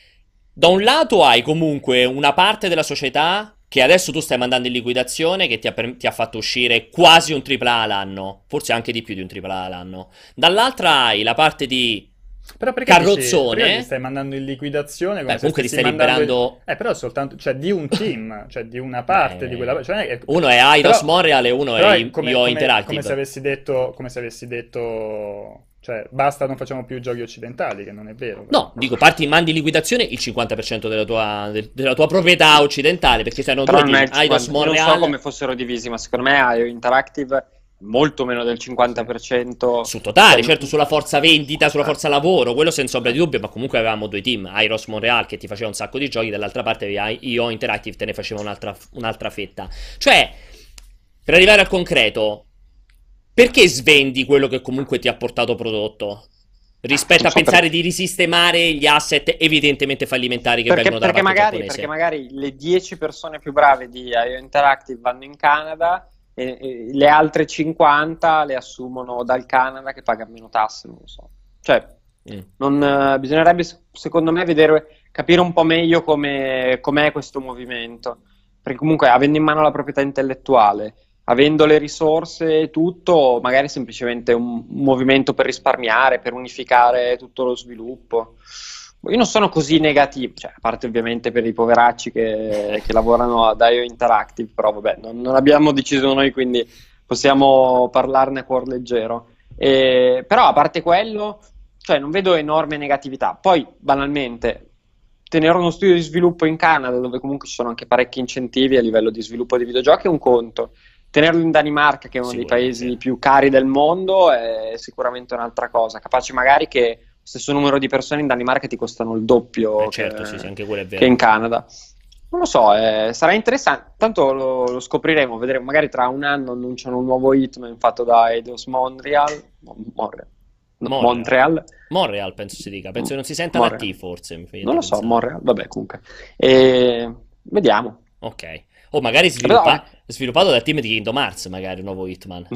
da un lato hai comunque una parte della società che adesso tu stai mandando in liquidazione, che ti ha, per- ti ha fatto uscire quasi un tripla A l'anno, forse anche di più di un tripla A l'anno, dall'altra hai la parte di...
Però perché
Carrozzone.
dici- perché li stai mandando in liquidazione come
Beh,
se
comunque li
stessi
stai
mandando
liberando-
il- eh però soltanto cioè di un team, cioè di una parte
Beh,
di quella cioè, è-
uno è Eidos
però-
Montreal e uno
però
è
è come,
Io
come-
Interactive.
come se avessi detto come se avessi detto cioè basta, non facciamo più giochi occidentali, che non è vero.
No, dico, parti, mandi in liquidazione il cinquanta per cento della tua, del- della tua proprietà occidentale, perché sono
Però
due
non, è
team,
il
Eidos
cinquanta, non so
Montreal,
come fossero divisi, ma secondo me I O Interactive molto meno del cinquanta per cento.
su totale,
Cioè,
certo sulla forza vendita, sulla forza lavoro, quello senza ombra di dubbio, ma comunque avevamo due team, Eidos Montreal che ti faceva un sacco di giochi, dall'altra parte avevi Io Interactive te ne faceva un'altra, un'altra fetta. Cioè, per arrivare al concreto, perché svendi quello che comunque ti ha portato prodotto? Rispetto
Non
a
so
pensare
perché.
di risistemare gli asset evidentemente fallimentari che
Perché,
vengono dalla
perché,
parte
magari,
giapponese.
perché magari le dieci persone più brave di I O Interactive vanno in Canada e, e le altre cinquanta le assumono dal Canada che paga meno tasse, non lo so. Cioè,
Mm.
non, eh, bisognerebbe secondo me vedere, capire un po' meglio come com'è questo movimento, perché comunque avendo in mano la proprietà intellettuale avendo le risorse e tutto, magari semplicemente un, un movimento per risparmiare, per unificare tutto lo sviluppo. Io non sono così negativo, cioè, a parte ovviamente per i poveracci che, che lavorano ad I O Interactive, però vabbè, non, non abbiamo deciso noi, quindi possiamo parlarne a cuor leggero. E, però a parte quello, cioè, non vedo enorme negatività. Poi, banalmente, tenere uno studio di sviluppo in Canada, dove comunque ci sono anche parecchi incentivi a livello di sviluppo di videogiochi, è un conto. Tenerlo in Danimarca, che è uno dei paesi più cari del mondo, è sicuramente un'altra cosa. Capace magari che stesso numero di persone in Danimarca ti costano il doppio
eh certo,
che,
sì, sì, anche quello è vero.
che in Canada. Non lo so, eh, sarà interessante. Tanto lo, lo scopriremo, vedremo. Magari tra un anno annunciano un nuovo Hitman fatto da Eidos Montreal. Montreal. No,
Montreal.
Montreal.
Montreal penso si dica. Penso che non si senta
Montreal.
la T forse. Mi
non lo so, Montreal. Vabbè, comunque. E... vediamo.
Ok. O magari sviluppa... sviluppato dal team di Kingdom Hearts, magari un nuovo Hitman.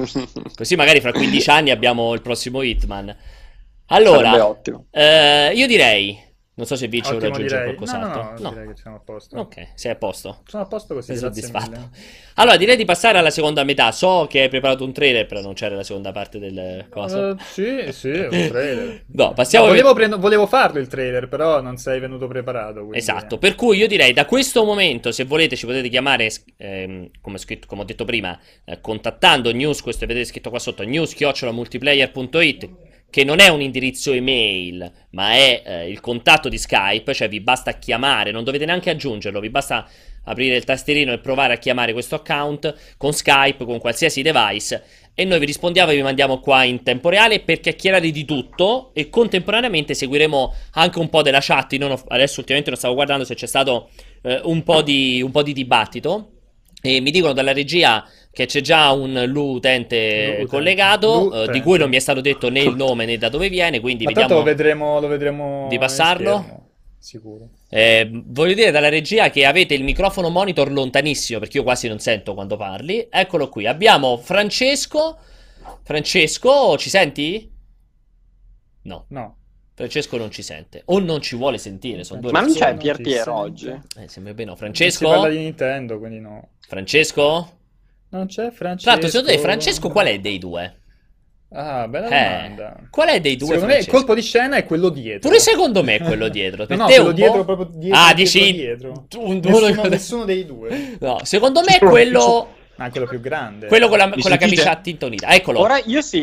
Così magari fra quindici anni abbiamo il prossimo Hitman. Allora,
ottimo.
Eh, io direi, non so se Vince vuole
Ottimo,
aggiungere
direi.
qualcos'altro.
No, no, no, direi che siamo a posto.
Ok, sei a posto.
Sono a posto così,
Sei
grazie
soddisfatto.
mille.
Allora, direi di passare alla seconda metà. So che hai preparato un trailer per annunciare la seconda parte del coso.
Uh, sì, sì, un trailer.
No, passiamo.
No, volevo, prendo- volevo farlo il trailer, però non sei venuto preparato. Quindi...
Esatto, per cui io direi da questo momento, se volete, ci potete chiamare, ehm, come, scritto, come ho detto prima, eh, contattando news, questo vedete scritto qua sotto, news chiocciola multiplayer punto it, che non è un indirizzo email, ma è eh, il contatto di Skype, cioè vi basta chiamare, non dovete neanche aggiungerlo, vi basta aprire il tastierino e provare a chiamare questo account con Skype, con qualsiasi device, e noi vi rispondiamo e vi mandiamo qua in tempo reale per chiacchierare di tutto, e contemporaneamente seguiremo anche un po' della chat. Io non ho, adesso ultimamente non stavo guardando se c'è stato eh, un, po' di, un po' di dibattito, e mi dicono dalla regia che c'è già un Lu utente,
Lu-utente.
collegato,
Lu-utente.
eh, di cui non mi è stato detto né il nome né da dove viene, quindi
Ma tanto
vediamo
lo vedremo, lo vedremo
di
in
passarlo.
schermo, sicuro.
Eh, voglio dire dalla regia che avete il microfono monitor lontanissimo, perché io quasi non sento quando parli. Eccolo qui, abbiamo Francesco. Francesco, ci senti? No,
No.
Francesco non ci sente, o non ci vuole sentire, sono due
Ma non
opzioni.
c'è Pier Piero
Sì,
oggi?
Eh, sembra bene, no.
Si
Francesco?
parla di Nintendo, quindi no.
Francesco?
Non c'è Francesco.
Tra l'altro, secondo te Francesco qual è dei due?
Ah, bella
Eh,
domanda.
qual è dei due,
Secondo me il
Francesco?
colpo di scena è quello dietro.
Pure secondo me è quello dietro. Per
No, no,
te
quello
un po'?
dietro, proprio dietro,
Ah,
dietro,
dici
dietro.
tu- un-
Nessuno,
uno-
nessuno dei due.
No, secondo me è quello
Ah, quello più grande.
quello con la,
Mi
con la
sentite?
camicia attintonita. Eccolo.
Ora io sì.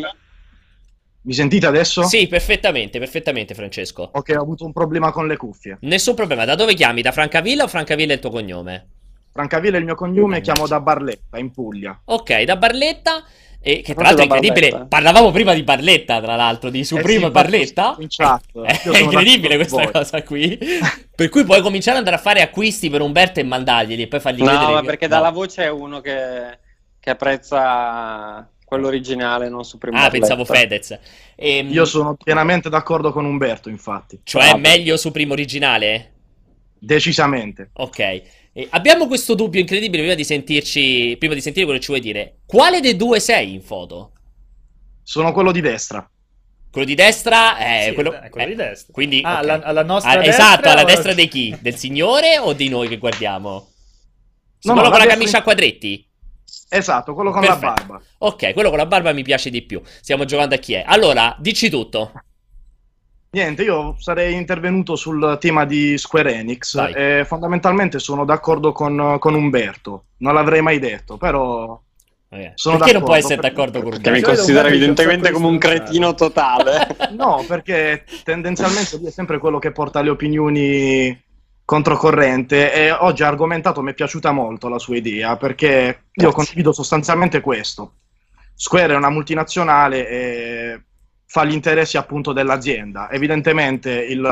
Mi sentite adesso?
Sì, perfettamente, perfettamente, Francesco.
Ok, ho avuto un problema con le cuffie.
Nessun problema. Da dove chiami? Da Francavilla o Francavilla è il tuo cognome?
Francavilla è il mio cognome, chiamo da Barletta, in Puglia.
Ok, da Barletta. E che tra
Proprio
l'altro è
da
incredibile.
Barletta.
Parlavamo prima di Barletta, tra l'altro, di Supreme
Eh sì,
Barletta.
in chat.
È
Io sono
incredibile
d'accordo
questa
con voi.
cosa qui. Per cui puoi cominciare ad andare a fare acquisti per Umberto e mandarglieli e poi fargli credere
No, ma
che-
perché
no.
dalla voce è uno che, che apprezza quello originale, non su prima.
Ah, pensavo Fedez. Ehm,
Io sono pienamente d'accordo con Umberto, infatti.
Cioè,
Bravo.
meglio su primo originale?
Decisamente.
Ok. E abbiamo questo dubbio incredibile prima di sentirci. Prima di sentire quello che ci vuoi dire. Quale dei due sei in foto?
Sono quello di destra.
Quello di destra è
Sì,
quello,
è quello
eh,
di destra.
Quindi,
Ah,
ok.
alla- alla nostra
Ah,
destra
esatto, alla
o-
destra di chi? Del signore o di noi che guardiamo? Sì,
No,
quello
no,
con la
la
camicia
destra-
a quadretti?
Esatto, quello con
Perfetto.
la barba.
Ok, quello con la barba mi piace di più. Stiamo giocando a chi è. Allora, dici tutto.
Niente, io sarei intervenuto sul tema di Square Enix.
Vai.
E fondamentalmente sono d'accordo con, con Umberto. Non l'avrei mai detto, però
Ok.
Sono
Perché non può
d'accordo,
essere
per-
d'accordo con
Che mi
Umberto?
Di solito
considera
Umberto dice un
evidentemente
sacco
come un
di
cretino totale.
no, perché tendenzialmente lui è sempre quello che porta le opinioni controcorrente e oggi ha argomentato, mi è piaciuta molto la sua idea, perché io
Grazie.
condivido sostanzialmente questo. Square è una multinazionale e fa gli interessi appunto dell'azienda. Evidentemente il,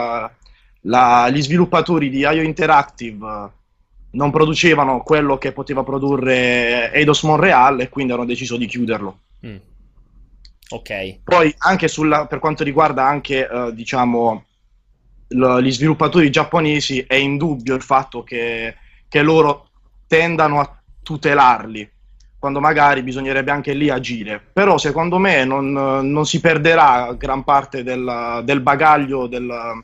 la- gli sviluppatori di I O Interactive non producevano quello che poteva produrre Eidos Montreal e quindi hanno deciso di chiuderlo.
Mm. Ok.
Poi anche sulla, per quanto riguarda anche eh, diciamo l- gli sviluppatori giapponesi, è indubbio il fatto che, che loro tendano a tutelarli quando magari bisognerebbe anche lì agire. Però secondo me non, non si perderà gran parte del, del bagaglio del,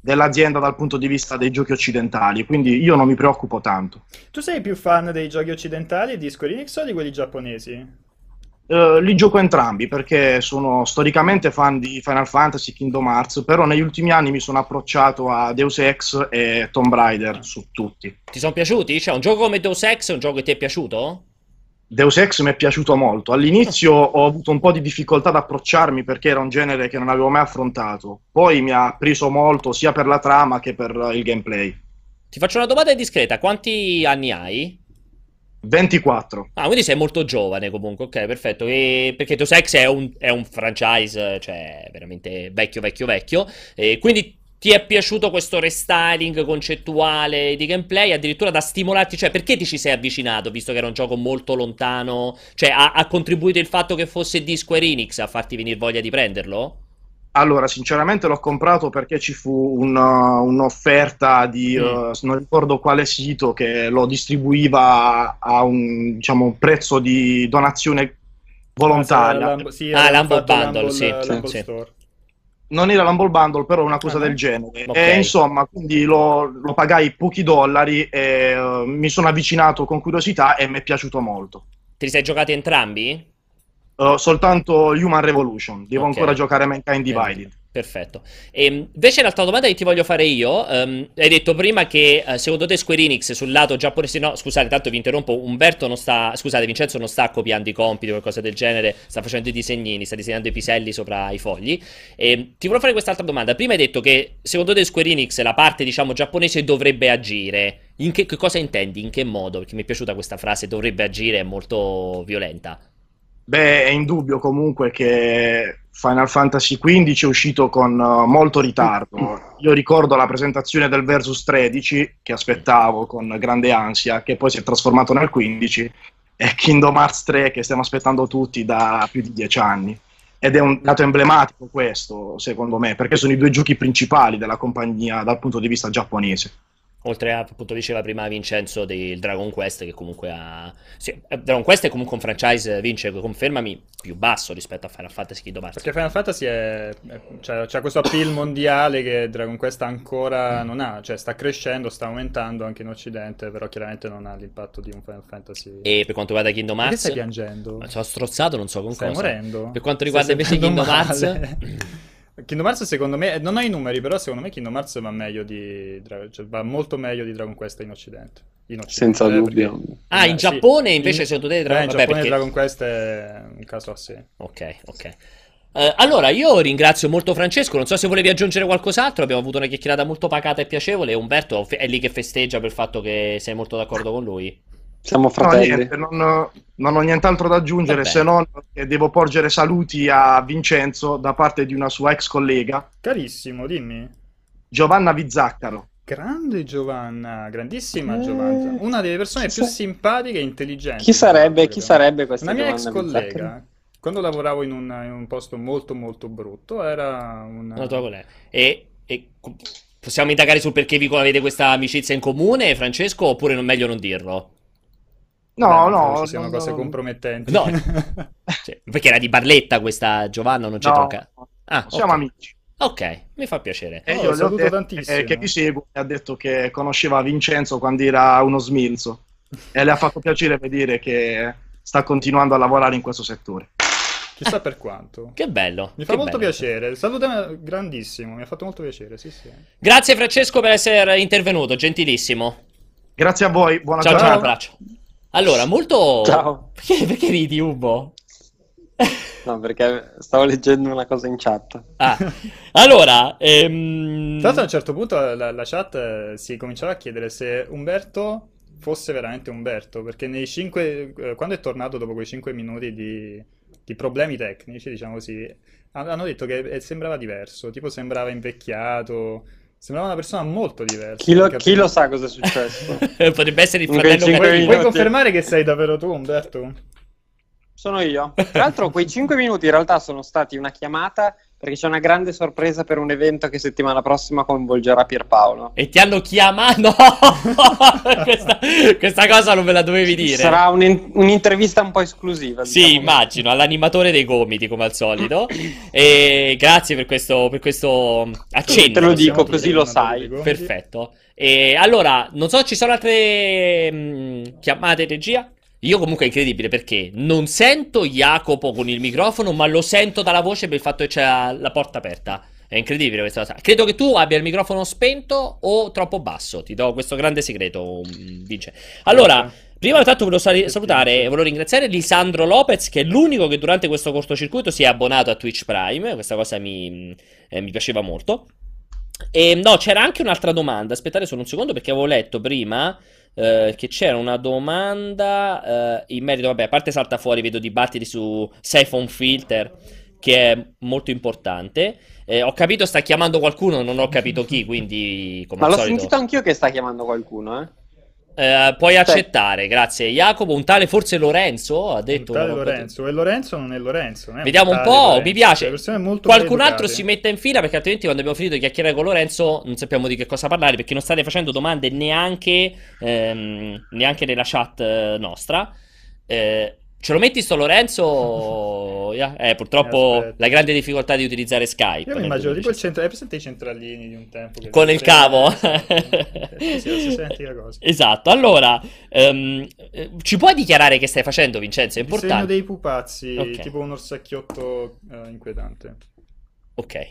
dell'azienda dal punto di vista dei giochi occidentali, quindi io non mi preoccupo tanto.
Tu sei più fan dei giochi occidentali di Square Enix o di quelli giapponesi?
Uh, li gioco entrambi perché sono storicamente fan di Final Fantasy, Kingdom Hearts, però negli ultimi anni mi sono approcciato a Deus Ex e Tomb Raider su tutti.
Ti sono piaciuti? Cioè, un gioco come Deus Ex è un gioco che ti è piaciuto?
Deus Ex mi è piaciuto molto. All'inizio ho avuto un po' di difficoltà ad approcciarmi perché era un genere che non avevo mai affrontato. Poi mi ha preso molto sia per la trama che per il gameplay.
Ti faccio una domanda discreta, quanti anni hai?
ventiquattro.
Ah, quindi sei molto giovane comunque, ok, perfetto. E perché Deus Ex è un, è un franchise, cioè veramente vecchio, vecchio, vecchio. E quindi ti è piaciuto questo restyling concettuale di gameplay, addirittura da stimolarti? Cioè, perché ti ci sei avvicinato, visto che era un gioco molto lontano? Cioè, ha, ha contribuito il fatto che fosse di Square Enix a farti venire voglia di prenderlo?
Allora, sinceramente l'ho comprato perché ci fu un, uh, un'offerta di,
Mm.
uh, non ricordo quale sito, che lo distribuiva a un, diciamo, un prezzo di donazione volontaria.
Ah, sì,
Ah,
avevano
l'Humble
fatto
Bundle,
l'Humble-
sì,
l'Humble
sì.
Store.
Non era l'Humble Bundle, però una cosa
Ah, no?
del genere.
Ok.
E insomma, quindi lo, lo pagai pochi dollari e uh, mi sono avvicinato con curiosità e mi è piaciuto molto.
Te li sei giocati entrambi?
Uh, soltanto Human Revolution, devo
Ok.
ancora giocare Mankind Divided.
Perfetto. E invece l'altra domanda che ti voglio fare io, ehm, hai detto prima che eh, secondo te Square Enix sul lato giapponese, no scusate tanto vi interrompo, Umberto non sta, scusate Vincenzo non sta copiando i compiti o qualcosa del genere, sta facendo i disegnini, sta disegnando i piselli sopra i fogli. E ti volevo fare quest'altra domanda, prima hai detto che secondo te Square Enix la parte diciamo giapponese dovrebbe agire, in che, che cosa intendi, in che modo? Perché mi è piaciuta questa frase, dovrebbe agire, è molto violenta.
Beh, è indubbio comunque che Final Fantasy quindici è uscito con uh, molto ritardo. Io ricordo la presentazione del Versus tredici, che aspettavo con grande ansia, che poi si è trasformato nel quindici, e Kingdom Hearts tre, che stiamo aspettando tutti da più di dieci anni. Ed è un dato emblematico questo, secondo me, perché sono i due giochi principali della compagnia dal punto di vista giapponese.
Oltre a, appunto, diceva prima Vincenzo del Dragon Quest, che comunque ha... Sì, eh, Dragon Quest è comunque un franchise, Vince, confermami, più basso rispetto a Final Fantasy Kingdom Hearts.
Perché Final Fantasy è, è- c'ha, c'ha questo appeal mondiale che Dragon Quest ancora non ha, cioè sta crescendo, sta aumentando anche in Occidente, però chiaramente non ha l'impatto di un Final Fantasy.
E per quanto riguarda Kingdom
Perché
Hearts...
stai piangendo?
Ma sono strozzato, non so con
Stai
cosa.
morendo?
Per quanto
Stai
riguarda invece
sentendo
Kingdom Hearts...
male? Kingdom Hearts secondo me, non ho i numeri, però secondo me Kingdom Hearts va meglio di Dra- cioè, va molto meglio di Dragon Quest in Occidente. In Occidente,
Senza
eh,
dubbio.
perché-
Ah, in
eh,
Giappone
sì.
invece
In-
secondo te
eh,
Dragon...
in
Vabbè,
Giappone
perché...
Dragon Quest è un caso a sé.
Ok, ok. Eh, allora, io ringrazio molto Francesco, non so se volevi aggiungere qualcos'altro, abbiamo avuto una chiacchierata molto pacata e piacevole, Umberto fe- è lì che festeggia per il fatto che sei molto d'accordo con lui.
Siamo
No,
fratelli.
niente, non, non ho nient'altro da aggiungere,
Va
se
bene.
non che devo porgere saluti a Vincenzo da parte di una sua ex collega,
Carissimo, dimmi.
Giovanna Vizzaccaro.
Grande Giovanna, grandissima
Eh,
Giovanna, una delle persone
chi
più
sa-
simpatiche e intelligenti.
Chi sarebbe,
tra
chi
l'altro,
sarebbe questa
una mia ex
Giovanna
collega,
Bizzaccheri?
quando lavoravo in un, in un posto molto molto brutto, era una...
Una tua collega. E, e co- possiamo indagare sul perché vi avete questa amicizia in comune, Francesco, oppure non meglio non dirlo?
No,
Beh, non
no,
credo ci siano
non-
cose compromettenti.
No, cioè, perché era di Barletta questa Giovanna, non c'è
no,
tocca. Ah,
siamo
ok.
amici.
Ok, mi fa piacere.
E
Oh,
io
lo
gli ho
saluto
detto
tantissimo.
eh, che vi seguo, e ha detto che conosceva Vincenzo quando era uno smilzo e le ha fatto piacere vedere che sta continuando a lavorare in questo settore.
Chissà per quanto.
Che bello.
Mi
che
fa molto
bello.
piacere. Salutami, grandissimo, mi ha fatto molto piacere, sì, sì.
Grazie Francesco per essere intervenuto, gentilissimo.
Grazie a voi, buona
Ciao, ciao, un
giornata.
abbraccio. Allora, molto...
Ciao.
Perché, perché ridi, Ubo?
No, perché stavo leggendo una cosa in chat.
Ah, allora... ehm,
Tra l'altro a un certo punto la, la chat eh, si cominciava a chiedere se Umberto fosse veramente Umberto, perché nei cinque, eh, quando è tornato dopo quei cinque minuti di, di problemi tecnici, diciamo così, han- hanno detto che eh, sembrava diverso, tipo sembrava invecchiato, sembrava una persona molto diversa.
Chi lo,
non capivo.
chi lo sa cosa è successo?
Potrebbe essere il
In quei
fratello
cinque
Puoi,
cattivo.
puoi
minuti.
confermare che sei davvero tu, Umberto?
Sono io. Tra l'altro quei cinque minuti in realtà sono stati una chiamata perché c'è una grande sorpresa per un evento che settimana prossima coinvolgerà Pierpaolo.
E ti hanno chiamato? No! questa, questa cosa non me la dovevi dire.
Sarà un- un'intervista un po' esclusiva.
Sì,
diciamo.
immagino, all'animatore dei gomiti, come al solito. E grazie per questo, per questo accenno.
Te lo dico
Siamo
così
tutti
lo
animatori
sai.
di gomiti.
Perfetto. E allora, non so, ci sono altre mh, chiamate regia? Io comunque è incredibile perché non sento Jacopo con il microfono, ma lo sento dalla voce per il fatto che c'è la, la porta aperta. È incredibile questa cosa. Credo che tu abbia il microfono spento o troppo basso. Ti do questo grande segreto, mh, Vince. Allora, prima di tutto volevo sal- salutare e volevo ringraziare Lisandro Lopez, che è l'unico che durante questo cortocircuito si è abbonato a Twitch Prime. Questa cosa mi, eh, mi piaceva molto. E no, c'era anche un'altra domanda. Aspettate solo un secondo perché avevo letto prima eh, che c'era una domanda eh, in merito. Vabbè, a parte salta fuori, vedo dibattiti su Siphon Filter, che è molto importante. Eh, ho capito, sta chiamando qualcuno, non ho capito chi, quindi come
Ma
al
l'ho
solito.
sentito anch'io che sta chiamando qualcuno, eh.
Eh, puoi accettare, grazie Jacopo. Un tale forse Lorenzo ha detto.
Un tale
una roba-
Lorenzo, e Lorenzo non è Lorenzo. non è
Vediamo un
tale
po',
Lorenzo,
mi piace.
cioè, persone molto
Qualcun altro
maleducate.
si metta in fila perché altrimenti quando abbiamo finito di chiacchierare con Lorenzo non sappiamo di che cosa parlare perché non state facendo domande neanche, ehm, neanche nella chat eh, nostra. Eh, ce lo metti sto Lorenzo? Yeah. Eh, purtroppo
Aspetta.
la grande difficoltà di utilizzare Skype.
Io mi
nel
immagino tipo il
duemiladiciassette.
centro. Hai presente i centralini di un tempo? Che
Con il
sì,
cavo.
esatto. Eh, sì, la stessa identica cosa.
Esatto, allora ehm, eh, ci puoi dichiarare che stai facendo, Vincenzo? È
Il disegno
importante.
dei pupazzi,
Ok.
tipo un orsacchiotto eh, inquietante.
Ok.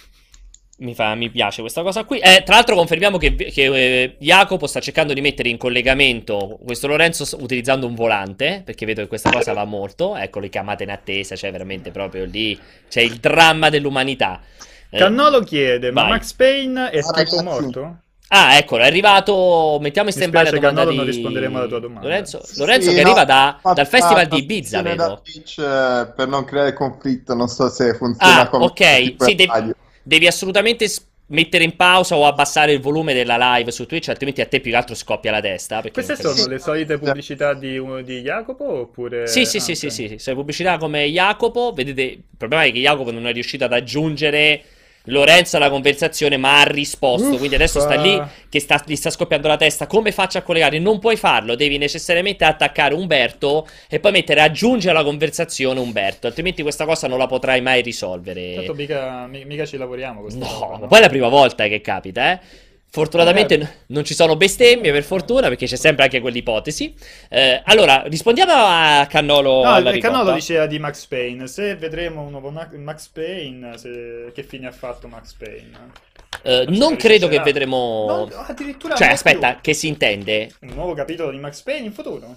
Mi, fa, mi piace questa cosa qui. Eh, tra l'altro confermiamo che, che eh, Jacopo sta cercando di mettere in collegamento questo Lorenzo s- utilizzando un volante, perché vedo che questa cosa va molto. Ecco le chiamate in attesa, cioè veramente proprio lì c'è il dramma dell'umanità. Eh,
Cannolo chiede, ma
vai.
Max Payne è
Ah,
tutto
ragazzi.
morto?
Ah, eccolo, è arrivato. Mettiamo in
Mi
stand by la
spiace,
domanda
Cannolo,
di
non risponderemo alla tua domanda.
Lorenzo, Lorenzo
Sì,
che
no,
arriva da-
fa-
dal festival
fa
di Ibiza,
trasmissione da
vedo.
Twitch, eh, per non creare conflitto, non so se funziona
Ah,
come
ok.
tipo
Sì, devi,
radio.
devi assolutamente s- mettere in pausa o abbassare il volume della live su Twitch, altrimenti a te più che altro scoppia la testa. Perché
Queste
non capisci.
sono le solite pubblicità di, di Jacopo oppure...
Sì, sì,
ah,
sì,
ok.
sì, sì, sì, se pubblicità come Jacopo, vedete, il problema è che Jacopo non è riuscito ad aggiungere Lorenzo alla conversazione, ma ha risposto, quindi adesso sta lì che sta, gli sta scoppiando la testa, come faccio a collegare? Non puoi farlo, devi necessariamente attaccare Umberto e poi mettere aggiunge alla conversazione Umberto, altrimenti questa cosa non la potrai mai risolvere.
Tanto mica, mi- mica ci lavoriamo questa
No,
roba,
ma poi è la prima volta che capita, eh. Fortunatamente
Vabbè.
n- non ci sono bestemmie, per fortuna, perché c'è sempre anche quell'ipotesi. Eh, allora, rispondiamo a Cannolo.
No,
alla
il Cannolo
ricotta.
diceva di Max Payne. Se vedremo un nuovo Ma- Max Payne, se- che fine ha fatto Max Payne?
Eh,
Non
non
si
credo che
regisserà.
vedremo.
No, addirittura
Cioè,
no
aspetta,
più.
che si intende?
Un nuovo capitolo di Max Payne in futuro?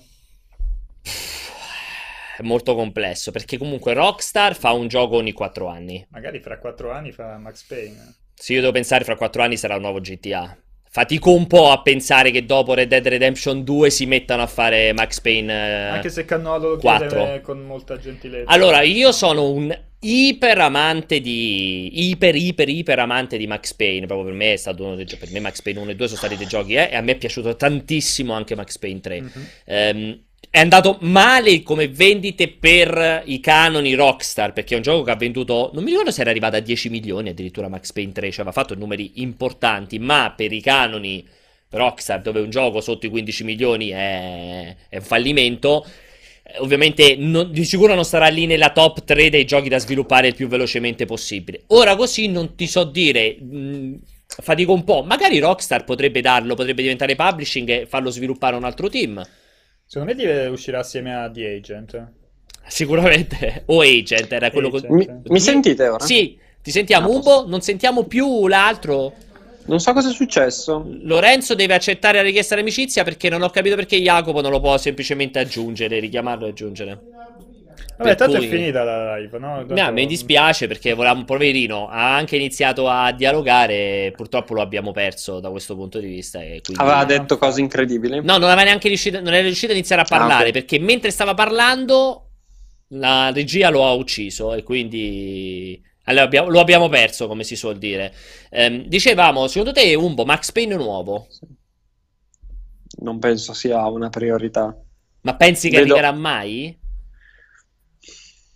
È molto complesso, perché comunque Rockstar fa un gioco ogni quattro anni.
Magari fra quattro anni fa Max Payne.
Se io devo pensare, fra quattro anni sarà un nuovo G T A. Fatico un po' a pensare che dopo Red Dead Redemption due si mettano a fare Max Payne. eh,
Anche se Cannolo lo chiede
quattro.
eh, con molta gentilezza.
Allora, io sono un iper amante di. Iper, iper, iper amante di Max Payne. Proprio per me è stato uno dei giochi. Per me Max Payne uno e due sono stati dei giochi, eh, e a me è piaciuto tantissimo anche Max Payne tre.
Mhm.
Ehm, è andato male come vendite per i canoni Rockstar, perché è un gioco che ha venduto, non mi ricordo se era arrivato a dieci milioni addirittura Max Payne tre, cioè aveva fatto numeri importanti, ma per i canoni Rockstar, dove un gioco sotto i quindici milioni è, è un fallimento, eh, ovviamente non- di sicuro non sarà lì nella top tre dei giochi da sviluppare il più velocemente possibile. Ora così non ti so dire, mh, fatico un po', magari Rockstar potrebbe darlo, potrebbe diventare publishing e farlo sviluppare a un altro team.
Secondo me deve- uscirà assieme a The Agent.
Sicuramente. O Agent era quello
Agent.
con...
Mi, mi sentite ora?
Sì, ti sentiamo
Ah,
Umbo, non sentiamo più l'altro.
Non so cosa è successo.
Lorenzo deve accettare la richiesta di amicizia perché non ho capito perché Jacopo non lo può semplicemente aggiungere, richiamarlo e aggiungere.
Vabbè,
Per
tanto
cui-
è finita la live, no? Tanto-
No, mi dispiace perché volevamo, poverino, ha anche iniziato a dialogare e purtroppo lo abbiamo perso da questo punto di vista e quindi...
Aveva detto cose incredibili.
No, non aveva neanche riuscito, non era riuscito a iniziare a parlare
Ah, ok.
perché mentre stava parlando la regia lo ha ucciso e quindi allora, abbiamo- lo abbiamo perso, come si suol dire. Ehm, dicevamo, secondo te Umbo, Max Payne nuovo,
Non penso sia una priorità.
ma pensi che
Vedo-
arriverà mai?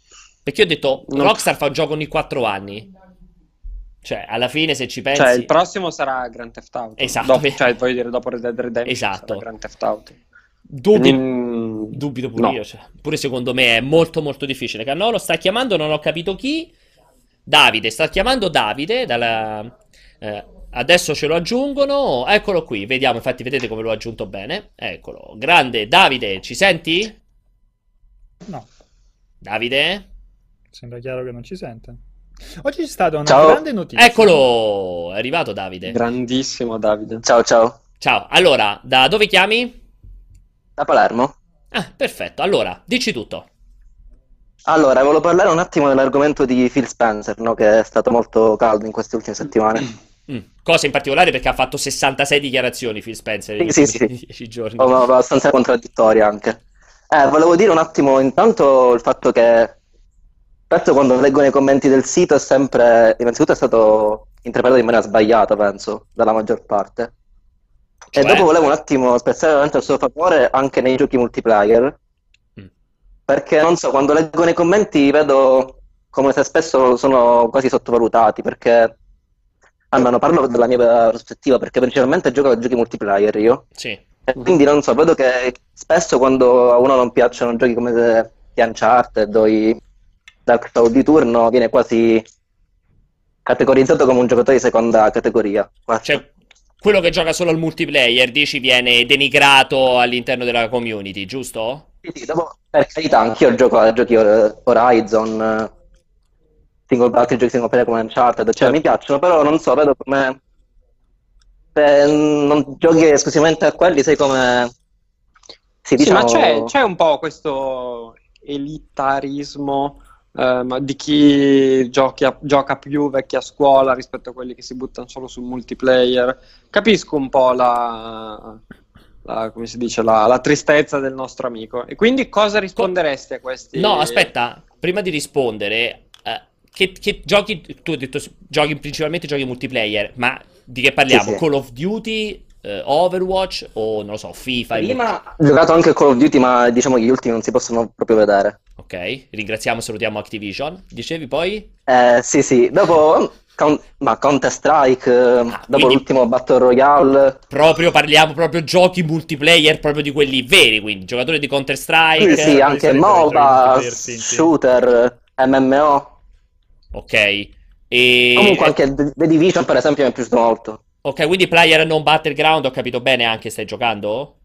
Perché io ho detto,
Non-
Rockstar fa un gioco ogni quattro anni. Cioè, alla fine, se ci pensi...
Cioè, il prossimo sarà Grand Theft Auto.
Esatto.
Dopo, cioè, voglio dire, dopo Red Dead Redemption
Esatto.
sarà Grand Theft Auto.
Dubi-
Mm,
Dubito pure
no.
io. Cioè, pure secondo me è molto molto difficile. Cannolo sta chiamando, non ho capito chi. Davide, sta chiamando Davide. Dalla, eh, adesso ce lo aggiungono. Eccolo qui, vediamo. Infatti, vedete come l'ho aggiunto bene. Eccolo. Grande Davide, ci senti?
No,
Davide?
sembra chiaro che non ci sente. Oggi c'è stata una
Ciao.
grande notizia.
Eccolo! È arrivato Davide.
Grandissimo Davide.
Ciao, ciao.
Ciao. Allora, da dove chiami?
Da Palermo.
Ah, perfetto. Allora, dici tutto.
Allora, volevo parlare un attimo dell'argomento di Phil Spencer, no? Che è stato molto caldo in queste ultime settimane.
Mm. Cosa in particolare perché ha fatto sessantasei dichiarazioni Phil Spencer negli
Sì,
ultimi
sì, sì.
dieci giorni.
Oh, abbastanza contraddittorie anche. Eh, volevo dire un attimo intanto il fatto che spesso quando leggo nei commenti del sito è sempre, innanzitutto è stato interpretato in maniera sbagliata, penso, dalla maggior parte. E
Cioè?
dopo volevo un attimo spezzare veramente al suo favore anche nei giochi multiplayer,
Mm.
perché non so, quando leggo nei commenti vedo come se spesso sono quasi sottovalutati, perché almeno parlo della mia prospettiva, perché principalmente gioco a giochi multiplayer io.
Sì.
E quindi non so, vedo che spesso quando a uno non piacciono giochi come The The Uncharted o i Dark Souls di turno viene quasi categorizzato come un giocatore di seconda categoria. quasi.
Cioè, quello che gioca solo al multiplayer, dici, viene denigrato all'interno della community, giusto?
Sì, sì, dopo, per carità, anch'io gioco a giochi Hor- Horizon, eh, single, altri giochi single player come Uncharted, cioè mi piacciono, però non so, vedo come se non giochi esclusivamente a quelli, sei come sì,
Sì, ma
diciamo
c'è, c'è un po' questo elitarismo eh, ma di chi giochi a- gioca più vecchia scuola rispetto a quelli che si buttano solo sul multiplayer. Capisco un po' la, la- come si dice, la, la tristezza del nostro amico. E quindi cosa risponderesti a questi?
No, aspetta, prima di rispondere, eh, che, che giochi, tu hai detto giochi principalmente giochi multiplayer, ma di che parliamo?
Sì, sì.
Call of Duty, eh, Overwatch o non lo so, FIFA?
prima ho giocato anche a Call of Duty, ma diciamo che gli ultimi non si possono proprio vedere.
Ok, ringraziamo e salutiamo Activision. Dicevi poi?
Eh, sì, sì, dopo Coun- ma Counter-Strike, eh, dopo
quindi-
l'ultimo Battle Royale.
Proprio parliamo proprio giochi multiplayer, proprio di quelli veri, quindi giocatori di Counter Strike.
Sì, sì,
eh,
anche
di solito i giochi
MOBA,
multiplayer, sì, sì.
shooter, M M O.
Ok. E...
Comunque anche The The Division, per esempio, mi è piaciuto molto.
Ok, quindi Player non Battleground, ho capito bene anche stai giocando?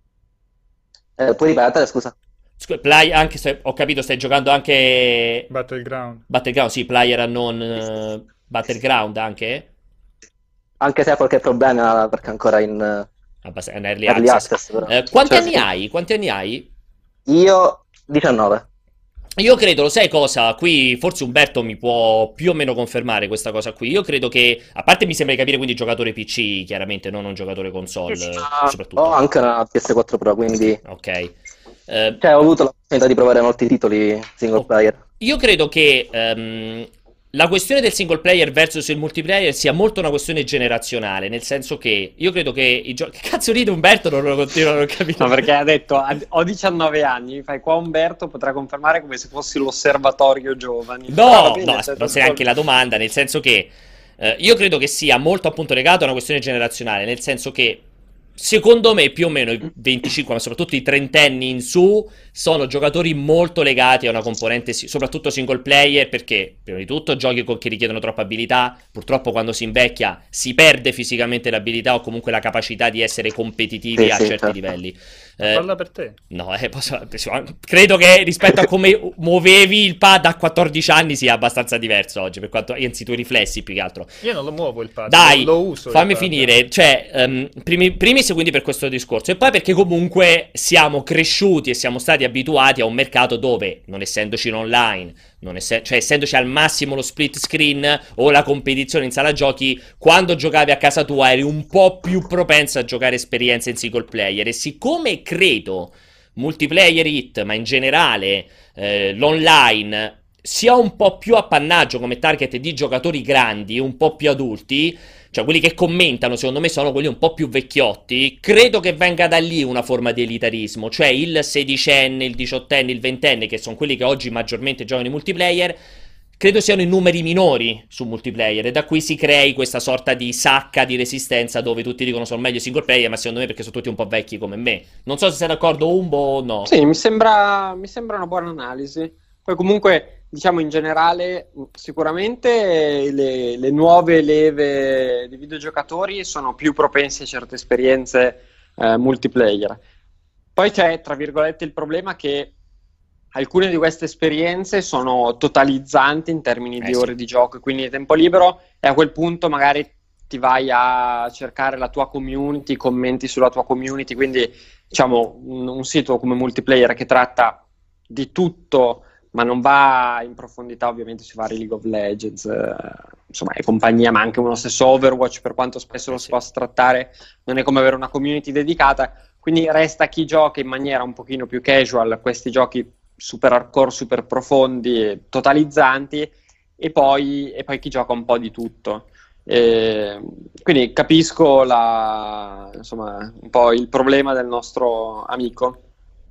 Eh, puoi ripetere, scusa?
Scu- Play, anche se ho capito stai giocando anche
Battleground.
Battleground, sì, Player non Battleground anche?
Anche se ha qualche problema perché è ancora in eh,
Abbastanza, in early
early
access.
access, però.
Eh, quanti
Cioè,
anni
sì.
hai? Quanti anni hai?
Io diciannove.
Io credo, lo sai cosa? Qui forse Umberto mi può più o meno confermare questa cosa qui. Io credo che, a parte mi sembra di capire, quindi giocatore P C, chiaramente, non un giocatore console,
Sì, sì,
eh,
ma
soprattutto.
ho anche una P S quattro Pro, quindi
Ok. Eh,
cioè, ho avuto l'opportunità di provare molti titoli single
Oh.
player.
io credo che ehm, la questione del single player versus il multiplayer sia molto una questione generazionale, nel senso che io credo che i giochi... Che cazzo ride Umberto? Non lo continuo, non ho capito.
No, perché ha detto "Ah, ho diciannove anni, fai qua Umberto potrà confermare come se fossi l'osservatorio giovani. Però alla
No,
fine
no,
c'è
aspetta,
tutto-
non sei anche la domanda, nel senso che eh, io credo che sia molto appunto legato a una questione generazionale, nel senso che secondo me più o meno i venticinque, ma soprattutto i trentenni in su, sono giocatori molto legati a una componente, si- soprattutto single player, perché prima di tutto giochi con- che richiedono troppa abilità, purtroppo quando si invecchia si perde fisicamente l'abilità o comunque la capacità di essere competitivi
Sì,
a
sì,
certi
certo.
livelli. Eh,
Parla per te.
No, eh, posso- credo che rispetto a come muovevi il pad a quattordici anni sia abbastanza diverso oggi, per quanto, anzi, i tuoi riflessi più che altro.
Io non lo muovo il pad,
Dai,
lo uso il
fammi
pad.
finire, cioè, ehm, primi, primis quindi per questo discorso, e poi perché comunque siamo cresciuti e siamo stati abituati a un mercato dove, non essendoci in online, non esse- cioè essendoci al massimo lo split screen o la competizione in sala giochi, quando giocavi a casa tua eri un po' più propenso a giocare esperienze in single player, e siccome credo multiplayer hit, ma in generale eh, l'online sia un po' più appannaggio come target di giocatori grandi, un po' più adulti, cioè quelli che commentano secondo me sono quelli un po' più vecchiotti, credo che venga da lì una forma di elitarismo, cioè il sedicenne, il diciottenne, il ventenne, che sono quelli che oggi maggiormente giocano in multiplayer, credo siano i numeri minori su multiplayer, e da qui si crei questa sorta di sacca di resistenza dove tutti dicono sono meglio i single player, ma secondo me perché sono tutti un po' vecchi come me. Non so se sei d'accordo Umbo o no.
Sì, mi sembra, mi sembra una buona analisi. Poi comunque, diciamo in generale, sicuramente le, le nuove leve di videogiocatori sono più propensi a certe esperienze eh, multiplayer. Poi c'è, tra virgolette, il problema che alcune di queste esperienze sono totalizzanti in termini
Eh
di
sì.
ore di gioco e quindi di tempo libero, e a quel punto magari ti vai a cercare la tua community, commenti sulla tua community, quindi diciamo un, un sito come multiplayer che tratta di tutto ma non va in profondità ovviamente sui vari League of Legends, eh, insomma e compagnia, ma anche uno stesso Overwatch, per quanto spesso lo si possa trattare, non è come avere una community dedicata, quindi resta chi gioca in maniera un pochino più casual questi giochi super hardcore, super profondi, totalizzanti, e poi, e poi chi gioca un po' di tutto. E quindi capisco la, insomma, un po' il problema del nostro amico.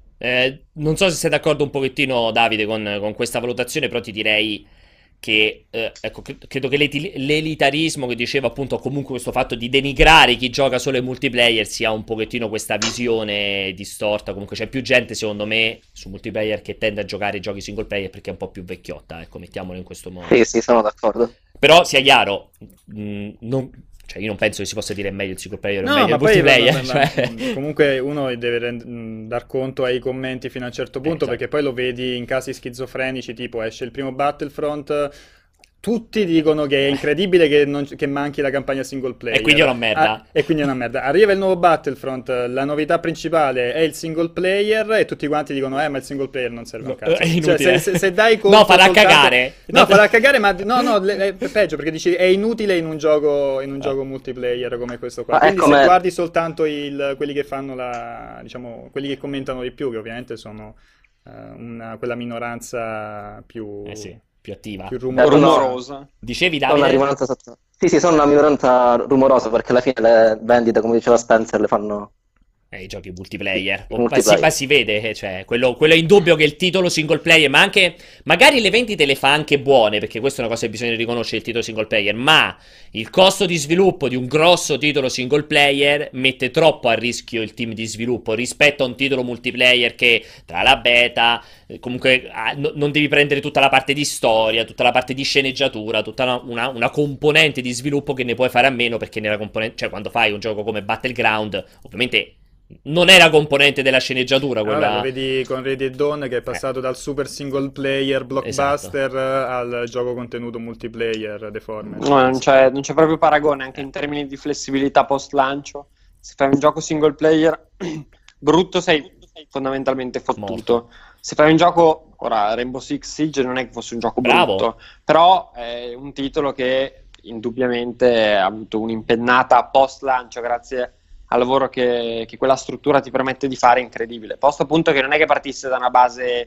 Eh, non so se sei d'accordo un pochettino, Davide, con, con questa valutazione, però ti direi che eh, ecco, cre- credo che l'eti- l'elitarismo che diceva appunto comunque questo fatto di denigrare chi gioca solo in multiplayer sia un pochettino questa visione distorta. Comunque c'è più gente secondo me su multiplayer che tende a giocare i giochi single player perché è un po' più vecchiotta, ecco, mettiamolo in questo modo.
Sì, sì, sono d'accordo.
Però sia chiaro, mh, non, cioè io non penso che si possa dire meglio il single player o
No,
meglio
ma
il
poi
multiplayer,
ma- ma-
cioè...
comunque uno deve rend- mh, dar conto ai commenti fino a un certo punto,
esatto.
perché poi lo vedi in casi schizofrenici, tipo esce il primo Battlefront, tutti dicono che è incredibile che, non- che manchi la campagna single player.
E quindi è una merda.
Ah, e quindi è una merda. Arriva il nuovo Battlefront, la novità principale è il single player e tutti quanti dicono eh ma il single player non serve a un cazzo.
È
Cioè,
inutile.
se, se- se dai conto
No, farà
soltanto-
cagare.
No, farà cagare, ma no, no, le- le- peggio, perché dici è inutile in un gioco, in un gioco multiplayer come questo qua.
Ma è
Quindi se
come-
guardi soltanto il- quelli che fanno la, diciamo, quelli che commentano di più, che ovviamente sono eh, una- quella minoranza più,
Eh sì, più attiva.
più
Beh,
rumorosa.
Rumorosa.
Dicevi
Sono una
Davide?
minoranza sotto- Sì, sì, sono una minoranza rumorosa perché alla fine le vendite, come diceva Spencer, le fanno.
Eh, i giochi multiplayer.
I
Oh,
multiplayer.
Ma, si, ma si vede, eh, cioè, quello, quello è indubbio che il titolo single player, ma anche, magari le vendite le fa anche buone, perché questa è una cosa che bisogna riconoscere, il titolo single player, ma il costo di sviluppo di un grosso titolo single player mette troppo a rischio il team di sviluppo rispetto a un titolo multiplayer che tra la beta, eh, comunque ah, no- non devi prendere tutta la parte di storia, tutta la parte di sceneggiatura, tutta una, una- una componente di sviluppo che ne puoi fare a meno, perché nella componente, cioè quando fai un gioco come Battleground, ovviamente non è la componente della sceneggiatura quella...
Allora, lo vedi con Ready at Dawn che è passato dal super single player blockbuster al gioco contenuto multiplayer deformed.
No, non c'è, non c'è proprio paragone anche in termini di flessibilità post lancio. Se fai un gioco single player brutto sei fondamentalmente fottuto.
Morto.
Se fai un gioco, ora Rainbow Six Siege non è che fosse un gioco
Bravo.
brutto, però è un titolo che indubbiamente ha avuto un'impennata post lancio grazie al lavoro che, che quella struttura ti permette di fare, incredibile. Posto appunto che non è che partisse da una base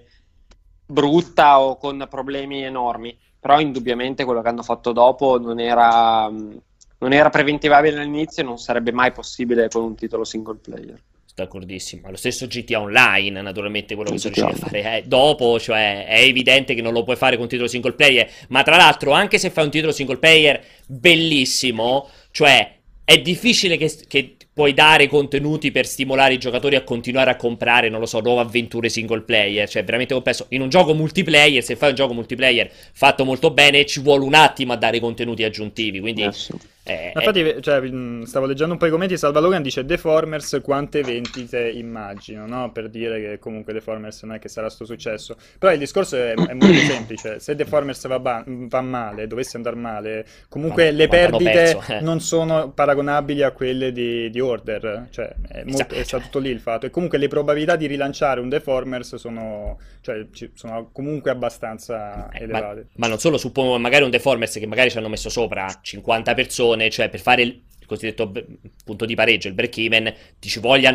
brutta o con problemi enormi, però indubbiamente quello che hanno fatto dopo non era, mh, non era preventivabile all'inizio e non sarebbe mai possibile con un titolo single player.
D'accordissimo, ma lo stesso G T A Online, naturalmente quello che sono
G T A
riusciti a fare eh, dopo, cioè è evidente che non lo puoi fare con un titolo single player, ma tra l'altro anche se fai un titolo single player bellissimo, cioè è difficile che, che puoi dare contenuti per stimolare i giocatori a continuare a comprare, non lo so, nuove avventure single player, cioè è veramente complesso. In un gioco multiplayer, se fai un gioco multiplayer fatto molto bene, ci vuole un attimo a dare contenuti aggiuntivi, quindi...
Eh sì.
eh,
Ma Infatti, cioè, mh, stavo leggendo un po' i commenti. Salvalogan dice Deformers quante vendite immagino, no? Per dire che comunque Deformers non è che sarà sto successo. Però il discorso è, è molto semplice. Se Deformers va, ba- va male, dovesse andare male, comunque
Ma-
le
ma hanno
perdite
perso, eh.
non sono paragonabili a quelle di, di Order. Cioè, è, molto,
Esatto.
è stato tutto lì il fatto. E comunque le probabilità di rilanciare un Deformers sono, cioè, ci- sono comunque abbastanza
Eh, ma,
elevate.
ma non solo, suppongo magari un Deformers che magari ci hanno messo sopra cinquanta persone, cioè per fare il, il cosiddetto b- punto di pareggio, il break even, ti ci vogliano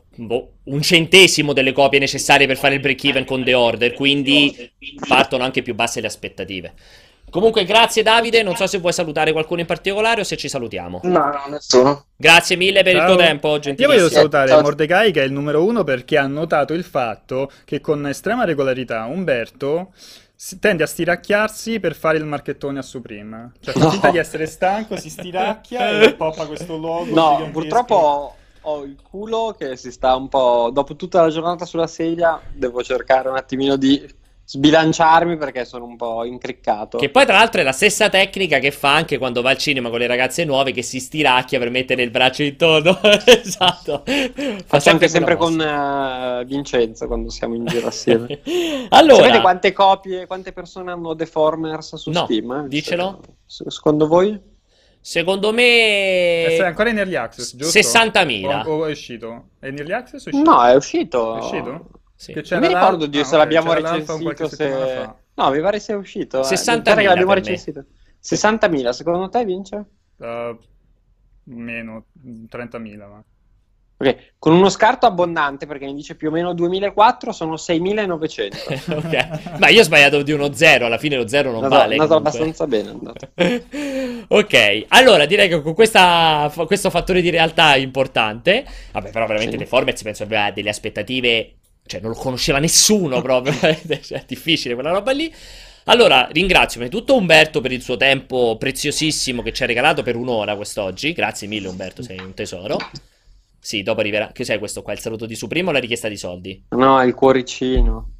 boh, un centesimo delle copie necessarie per fare il break even con The Order, quindi partono anche più basse le aspettative. Comunque grazie Davide, non so se vuoi salutare qualcuno in particolare o se ci salutiamo.
No, no, nessuno.
Grazie mille per
Ciao.
il tuo tempo,
Io
gentilissimo.
voglio salutare
Ciao.
Mordecai, che è il numero uno, perché ha notato il fatto che con estrema regolarità Umberto si- tende a stiracchiarsi per fare il marchettone a Supreme. Cioè fa
No.
finta di essere stanco, si stiracchia e poppa questo logo
No,
gigantesco.
purtroppo ho, ho il culo che si sta un po'... Dopo tutta la giornata sulla sedia, devo cercare un attimino di sbilanciarmi perché sono un po' incriccato.
Che poi tra l'altro è la stessa tecnica che fa anche quando va al cinema con le ragazze nuove, che si stiracchia per mettere il braccio intorno. Esatto. Fa
Faccio anche
quella
sempre con
mossa.
eh, Vincenzo quando siamo in giro assieme.
Allora,
Sapete quante copie, quante persone hanno Deformers su
No,
Steam?
dicelo.
Se- Secondo voi?
secondo
E sei
me
ancora in Early Access, giusto?
sessantamila.
O, o è uscito? È in Early Access o è uscito?
No, è uscito.
È uscito?
Sì.
Che
Non
c'era
mi ricordo
l'al-
di
ah,
se
ok,
l'abbiamo
c'era l'alfa un qualche
recensito.
settimana
Se...
fa.
No, mi pare sia uscito. eh.
sessantamila
Mi pare che l'abbiamo
per me.
recensito. sessantamila, secondo te vince?
Uh, meno, trentamila. Ma.
Ok, con uno scarto abbondante, perché ne dice più o meno duemilaquattro, sono seimilanovecento.
Ok. Ma io ho sbagliato di uno zero, alla fine lo zero non
È andato,
vale.
è andato
comunque.
abbastanza bene. È andato.
Ok, allora direi che con questa, questo fattore di realtà importante, vabbè, però veramente
Sì.
The Formats penso aveva delle aspettative, cioè non lo conosceva nessuno proprio, cioè, è difficile quella roba lì. Allora, ringrazio prima di tutto Umberto per il suo tempo preziosissimo che ci ha regalato per un'ora quest'oggi. Grazie mille Umberto, sei un tesoro. Sì, dopo arriverà. Che cos'è questo qua? Il saluto di Supremo o la richiesta di soldi?
No, il cuoricino.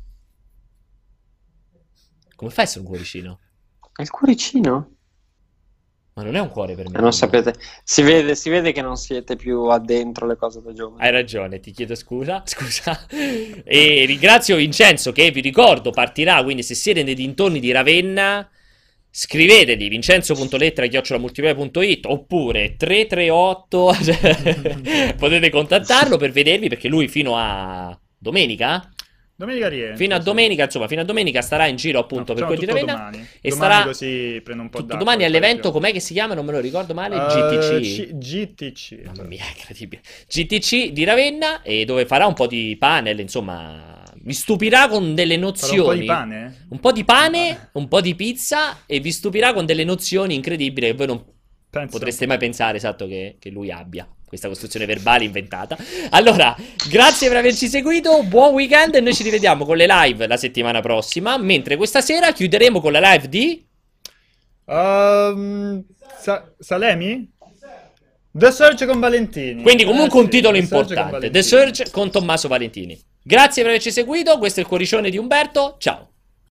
Come fai a essere un cuoricino?
È il cuoricino?
Ma non è un cuore per me.
Eh, non sapete. Si vede, si vede che non siete più addentro le cose da giovani.
Hai ragione, ti chiedo scusa. Scusa. E ringrazio Vincenzo che vi ricordo partirà, quindi se siete nei dintorni di Ravenna scrivetegli vincenzo punto lettera chiocciola multiplayer punto it oppure tre tre otto potete contattarlo per vedervi, perché lui fino a domenica
Domenica rientra.
fino a
sì.
domenica insomma fino a domenica starà in giro appunto
No,
per
facciamo
quel di
tutto
Ravenna
domani.
e
Domani
starà
così prendo un po'
tutto
d'acqua
domani
per
all'evento.
fare
Com'è che si chiama? Non me lo ricordo male.
più.
G T C.
Eh, C- G T C.
Mamma mia, è incredibile. G T C di Ravenna, e dove farà un po' di panel, insomma, vi stupirà con delle
Farò
nozioni.
un po' di pane?
Un po' di pane, un po' di pizza, e vi stupirà con delle nozioni incredibili che voi non
Pensa.
potreste mai pensare, esatto, che, che lui abbia. Questa costruzione verbale inventata. Allora, grazie per averci seguito, buon weekend e noi ci rivediamo con le live la settimana prossima, mentre questa sera chiuderemo con la live di...
Um, Sa- Salemi? The Surge con Valentini.
Quindi comunque
Eh,
un
sì,
titolo
The Surge con
importante,
Valentini.
The Surge con Tommaso Valentini. Grazie per averci seguito, questo è il cuoricione di Umberto, ciao!